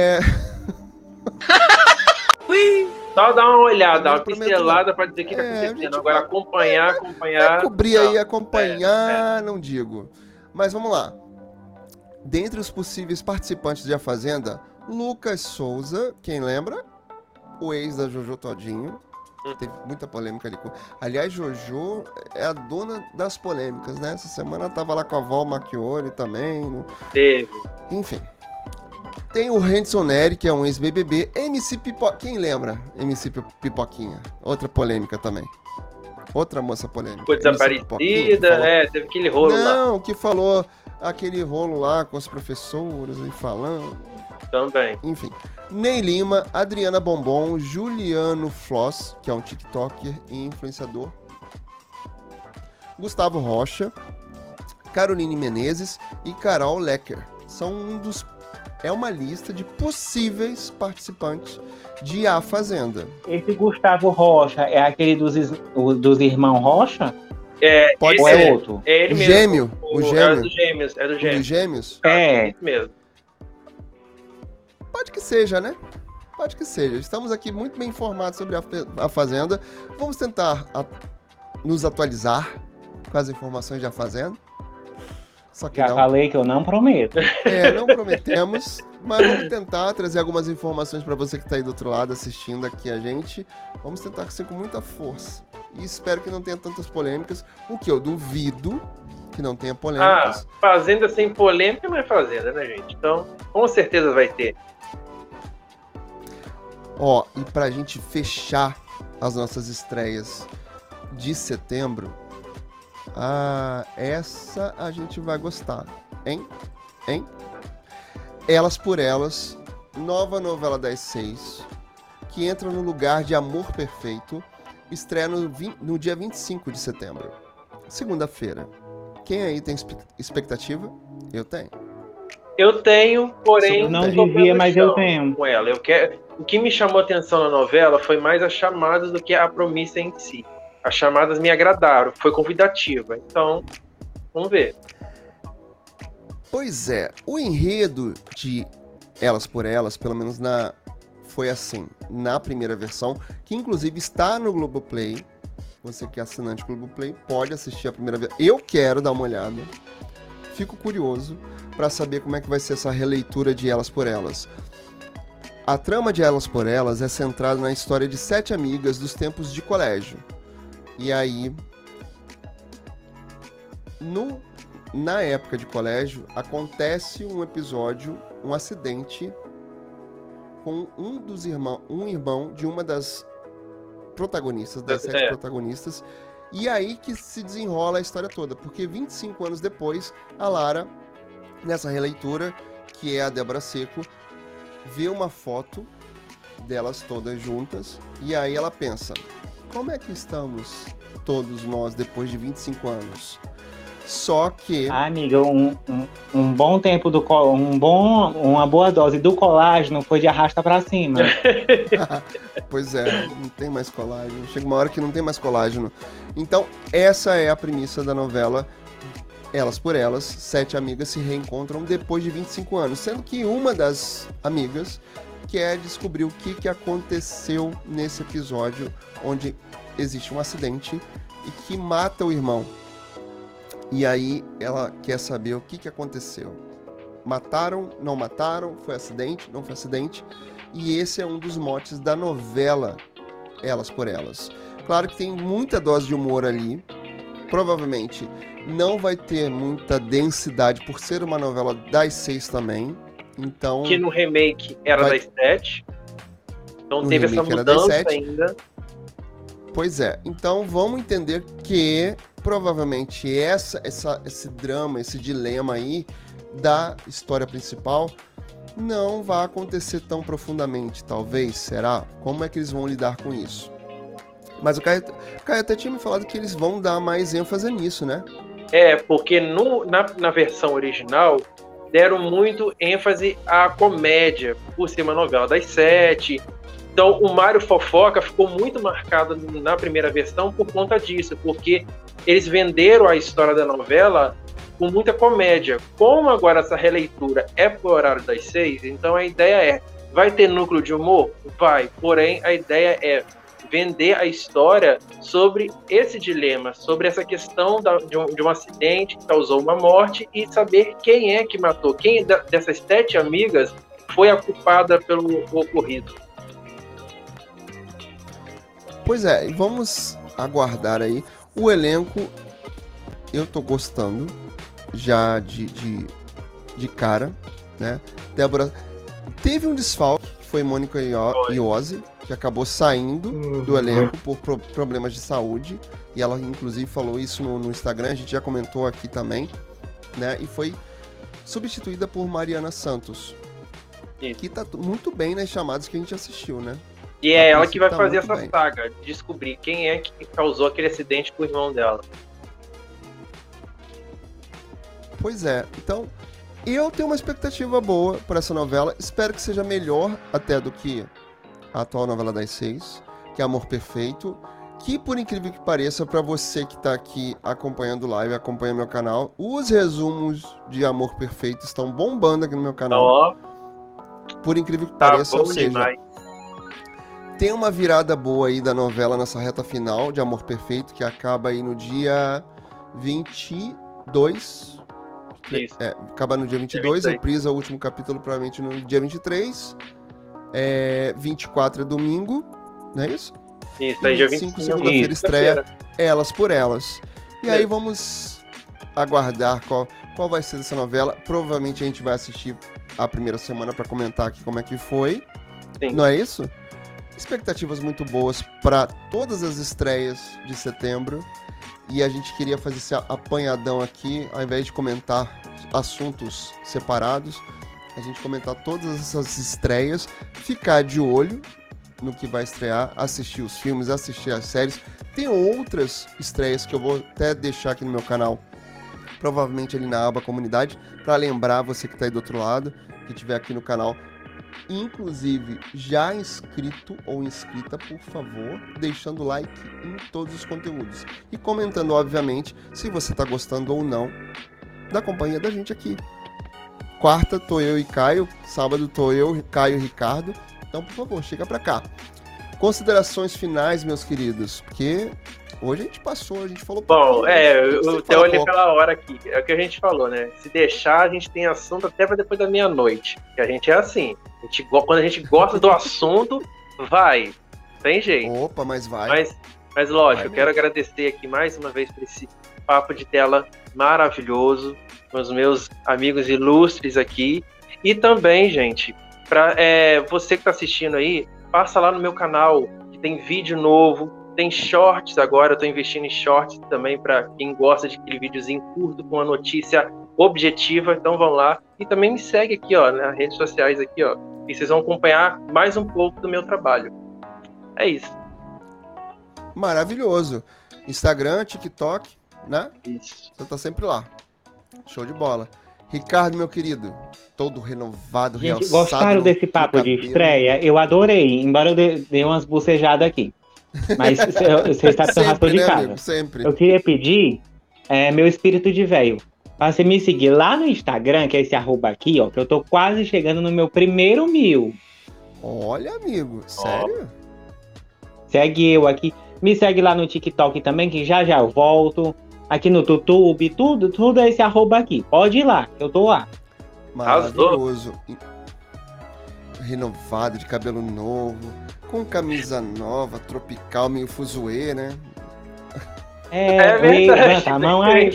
Só dar uma olhada, uma pincelada para dizer o que está acontecendo. Agora acompanhar. Cobrir aí, acompanhar, não digo. Mas vamos lá. Dentre os possíveis participantes de A Fazenda, Lucas Souza, quem lembra? O ex da Jojo Todinho. Teve muita polêmica ali. Aliás, Jojo é a dona das polêmicas, né? Essa semana tava lá com a Val Macchione também. Teve. Enfim. Tem o Henderson Neri, que é um ex-BBB. MC Pipoquinha. Quem lembra? MC Pipoquinha. Outra polêmica também. Outra moça polêmica. Foi desaparecida, teve aquele rolo lá. Não, que falou aquele rolo lá com as professoras e falando. Também. Enfim. Ney Lima, Adriana Bombom, Juliano Floss, que é um TikToker e influenciador. Gustavo Rocha, Caroline Menezes e Carol Lecker. É uma lista de possíveis participantes de A Fazenda. Esse Gustavo Rocha é aquele dos irmãos Rocha? Pode ou ser. É outro? É ele Gêmeo. O gêmeo. É dos Gêmeos. É dos Gêmeos? É isso mesmo. Pode que seja, né? Pode que seja. Estamos aqui muito bem informados sobre a Fazenda. Vamos tentar nos atualizar com as informações de A Fazenda. Só que já falei que eu não prometo. Não prometemos, mas vamos tentar trazer algumas informações para você que está aí do outro lado assistindo aqui a gente. Vamos tentar ser com muita força. E espero que não tenha tantas polêmicas, o que eu duvido que não tenha polêmicas. Fazenda sem polêmica não é Fazenda, né, gente? Então, com certeza vai ter. E pra gente fechar as nossas estreias de setembro, essa a gente vai gostar, hein? Elas por Elas, nova novela das 6, que entra no lugar de Amor Perfeito, estreia no dia 25 de setembro, segunda-feira. Quem aí tem expectativa? Eu tenho. Eu tenho, porém... Não devia, mas eu tenho. Com ela. O que me chamou a atenção na novela foi mais as chamadas do que a promessa em si. As chamadas me agradaram, foi convidativa. Então, vamos ver. Pois é, o enredo de Elas por Elas, pelo menos foi assim, na primeira versão, que inclusive está no Globoplay. Você que é assinante Globoplay pode assistir a primeira versão. Eu quero dar uma olhada. Fico curioso para saber como é que vai ser essa releitura de Elas por Elas. A trama de Elas por Elas é centrada na história de 7 amigas dos tempos de colégio. E aí, na época de colégio, acontece um episódio, um acidente com um irmão de uma das protagonistas, das 7 protagonistas. E aí que se desenrola a história toda, porque 25 anos depois, a Lara, nessa releitura, que é a Débora Seco, vê uma foto delas todas juntas, e aí ela pensa, como é que estamos todos nós depois de 25 anos? Só que... amiga, um bom tempo uma boa dose do colágeno foi de arrasta pra cima. Pois é, não tem mais colágeno. Chega uma hora que não tem mais colágeno. Então, essa é a premissa da novela Elas por Elas. 7 amigas se reencontram depois de 25 anos. Sendo que uma das amigas quer descobrir o que aconteceu nesse episódio onde existe um acidente e que mata o irmão. E aí ela quer saber o que aconteceu. Mataram? Não mataram? Foi acidente? Não foi acidente? E esse é um dos motes da novela Elas por Elas. Claro que tem muita dose de humor ali. Provavelmente não vai ter muita densidade por ser uma novela das 6 também. Então, que no remake era das 7. Então teve essa mudança ainda. Pois é. Então vamos entender que provavelmente esse drama, esse dilema aí da história principal não vai acontecer tão profundamente, talvez, será? Como é que eles vão lidar com isso? Mas o Caio até tinha me falado que eles vão dar mais ênfase nisso, né? Porque na versão original deram muito ênfase à comédia, por ser uma novela das 7. Então, o Mário Fofoca ficou muito marcado na primeira versão por conta disso, porque eles venderam a história da novela com muita comédia. Como agora essa releitura é pro horário das 6, então a ideia vai ter núcleo de humor? Vai. Porém, a ideia é vender a história sobre esse dilema, sobre essa questão de um acidente que causou uma morte e saber quem é que matou, quem dessas 7 amigas foi a culpada pelo ocorrido. Pois é, vamos aguardar aí. O elenco, eu tô gostando já de cara, né? Débora, teve um desfalque, que foi Mônica Iose, que acabou saindo do elenco por problemas de saúde, e ela inclusive falou isso no Instagram, a gente já comentou aqui também, né? E foi substituída por Mariana Santos, que tá muito bem nas chamadas que a gente assistiu, né? E é ela que vai fazer essa saga, descobrir quem é que causou aquele acidente com o irmão dela. Pois é, então eu tenho uma expectativa boa para essa novela, espero que seja melhor até do que a atual novela das 6, que é Amor Perfeito, que por incrível que pareça, para você que tá aqui acompanhando o live, acompanha meu canal, os resumos de Amor Perfeito estão bombando aqui no meu canal. Por incrível que pareça, ou seja, demais. Tem uma virada boa aí da novela nessa reta final de Amor Perfeito, que acaba aí no dia 22. Isso. Acaba no dia 22, reprisa o último capítulo provavelmente no dia 23. 24 é domingo, não é isso? Isso, aí dia 25, segunda-feira estreia Elas por Elas. E aí vamos aguardar qual vai ser essa novela. Provavelmente a gente vai assistir a primeira semana para comentar aqui como é que foi. Sim. Não é isso? Expectativas muito boas para todas as estreias de setembro. E a gente queria fazer esse apanhadão aqui, ao invés de comentar assuntos separados, a gente comentar todas essas estreias, ficar de olho no que vai estrear, assistir os filmes, assistir as séries. Tem outras estreias que eu vou até deixar aqui no meu canal, provavelmente ali na aba comunidade, para lembrar você que está aí do outro lado, que estiver aqui no canal, inclusive já inscrito ou inscrita, por favor, deixando like em todos os conteúdos e comentando, obviamente, se você está gostando ou não da companhia da gente aqui. Quarta tô eu e Caio, sábado tô eu, Caio e Ricardo, então por favor, chega pra cá. Considerações finais, meus queridos, porque hoje a gente passou, a gente falou... Bom, eu até olhei pela hora aqui, é o que a gente falou, né? Se deixar, a gente tem assunto até pra depois da meia-noite, que a gente é assim, quando a gente gosta do assunto, vai, tem jeito. Opa, mas vai. Mas lógico, eu quero agradecer aqui mais uma vez por esse papo de tela maravilhoso, com os meus amigos ilustres aqui, e também, gente, pra você que tá assistindo aí, passa lá no meu canal, que tem vídeo novo, tem shorts agora, eu tô investindo em shorts também para quem gosta de aquele videozinho curto com uma notícia objetiva, então vão lá. E também me segue aqui, ó, nas redes sociais aqui, ó, e vocês vão acompanhar mais um pouco do meu trabalho. É isso. Maravilhoso. Instagram, TikTok, né? Isso. Você tá sempre lá. Show de bola. Ricardo, meu querido, todo renovado, realçado. Gostaram desse papo de estreia? Eu adorei, embora eu dê umas bocejadas aqui. Mas você está com raspa de casa. Amigo, sempre. Eu queria pedir meu espírito de velho. Pra você me seguir lá no Instagram, que é esse @ aqui, ó, que eu tô quase chegando no meu primeiro 1000. Olha, amigo, sério? Segue eu aqui. Me segue lá no TikTok também, que já eu volto. Aqui no YouTube, tudo é esse @ aqui. Pode ir lá, eu tô lá. Maravilhoso. Renovado, de cabelo novo, com camisa nova, tropical, meio fuzuê, né? É verdade, a mão aí.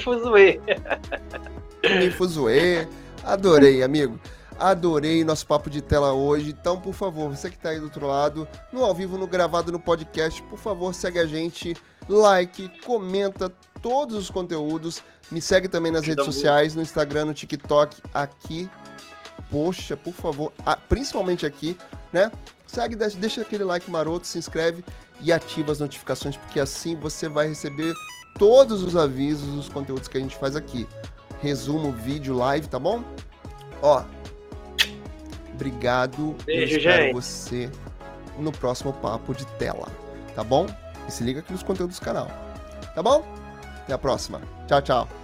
Meio fuzuê. Adorei, amigo. Adorei nosso papo de tela hoje. Então, por favor, você que tá aí do outro lado, no ao vivo, no gravado, no podcast, por favor, segue a gente, like, comenta todos os conteúdos. Me segue também nas redes sociais, no Instagram, no TikTok, aqui. Poxa, por favor, principalmente aqui, né? Segue, deixa aquele like maroto, se inscreve e ativa as notificações, porque assim você vai receber todos os avisos dos conteúdos que a gente faz aqui. Resumo, vídeo, live, tá bom? Ó, obrigado. Beijo, eu espero gente. você no próximo papo de tela, tá bom? E se liga aqui nos conteúdos do canal, tá bom? Até a próxima. Tchau, tchau.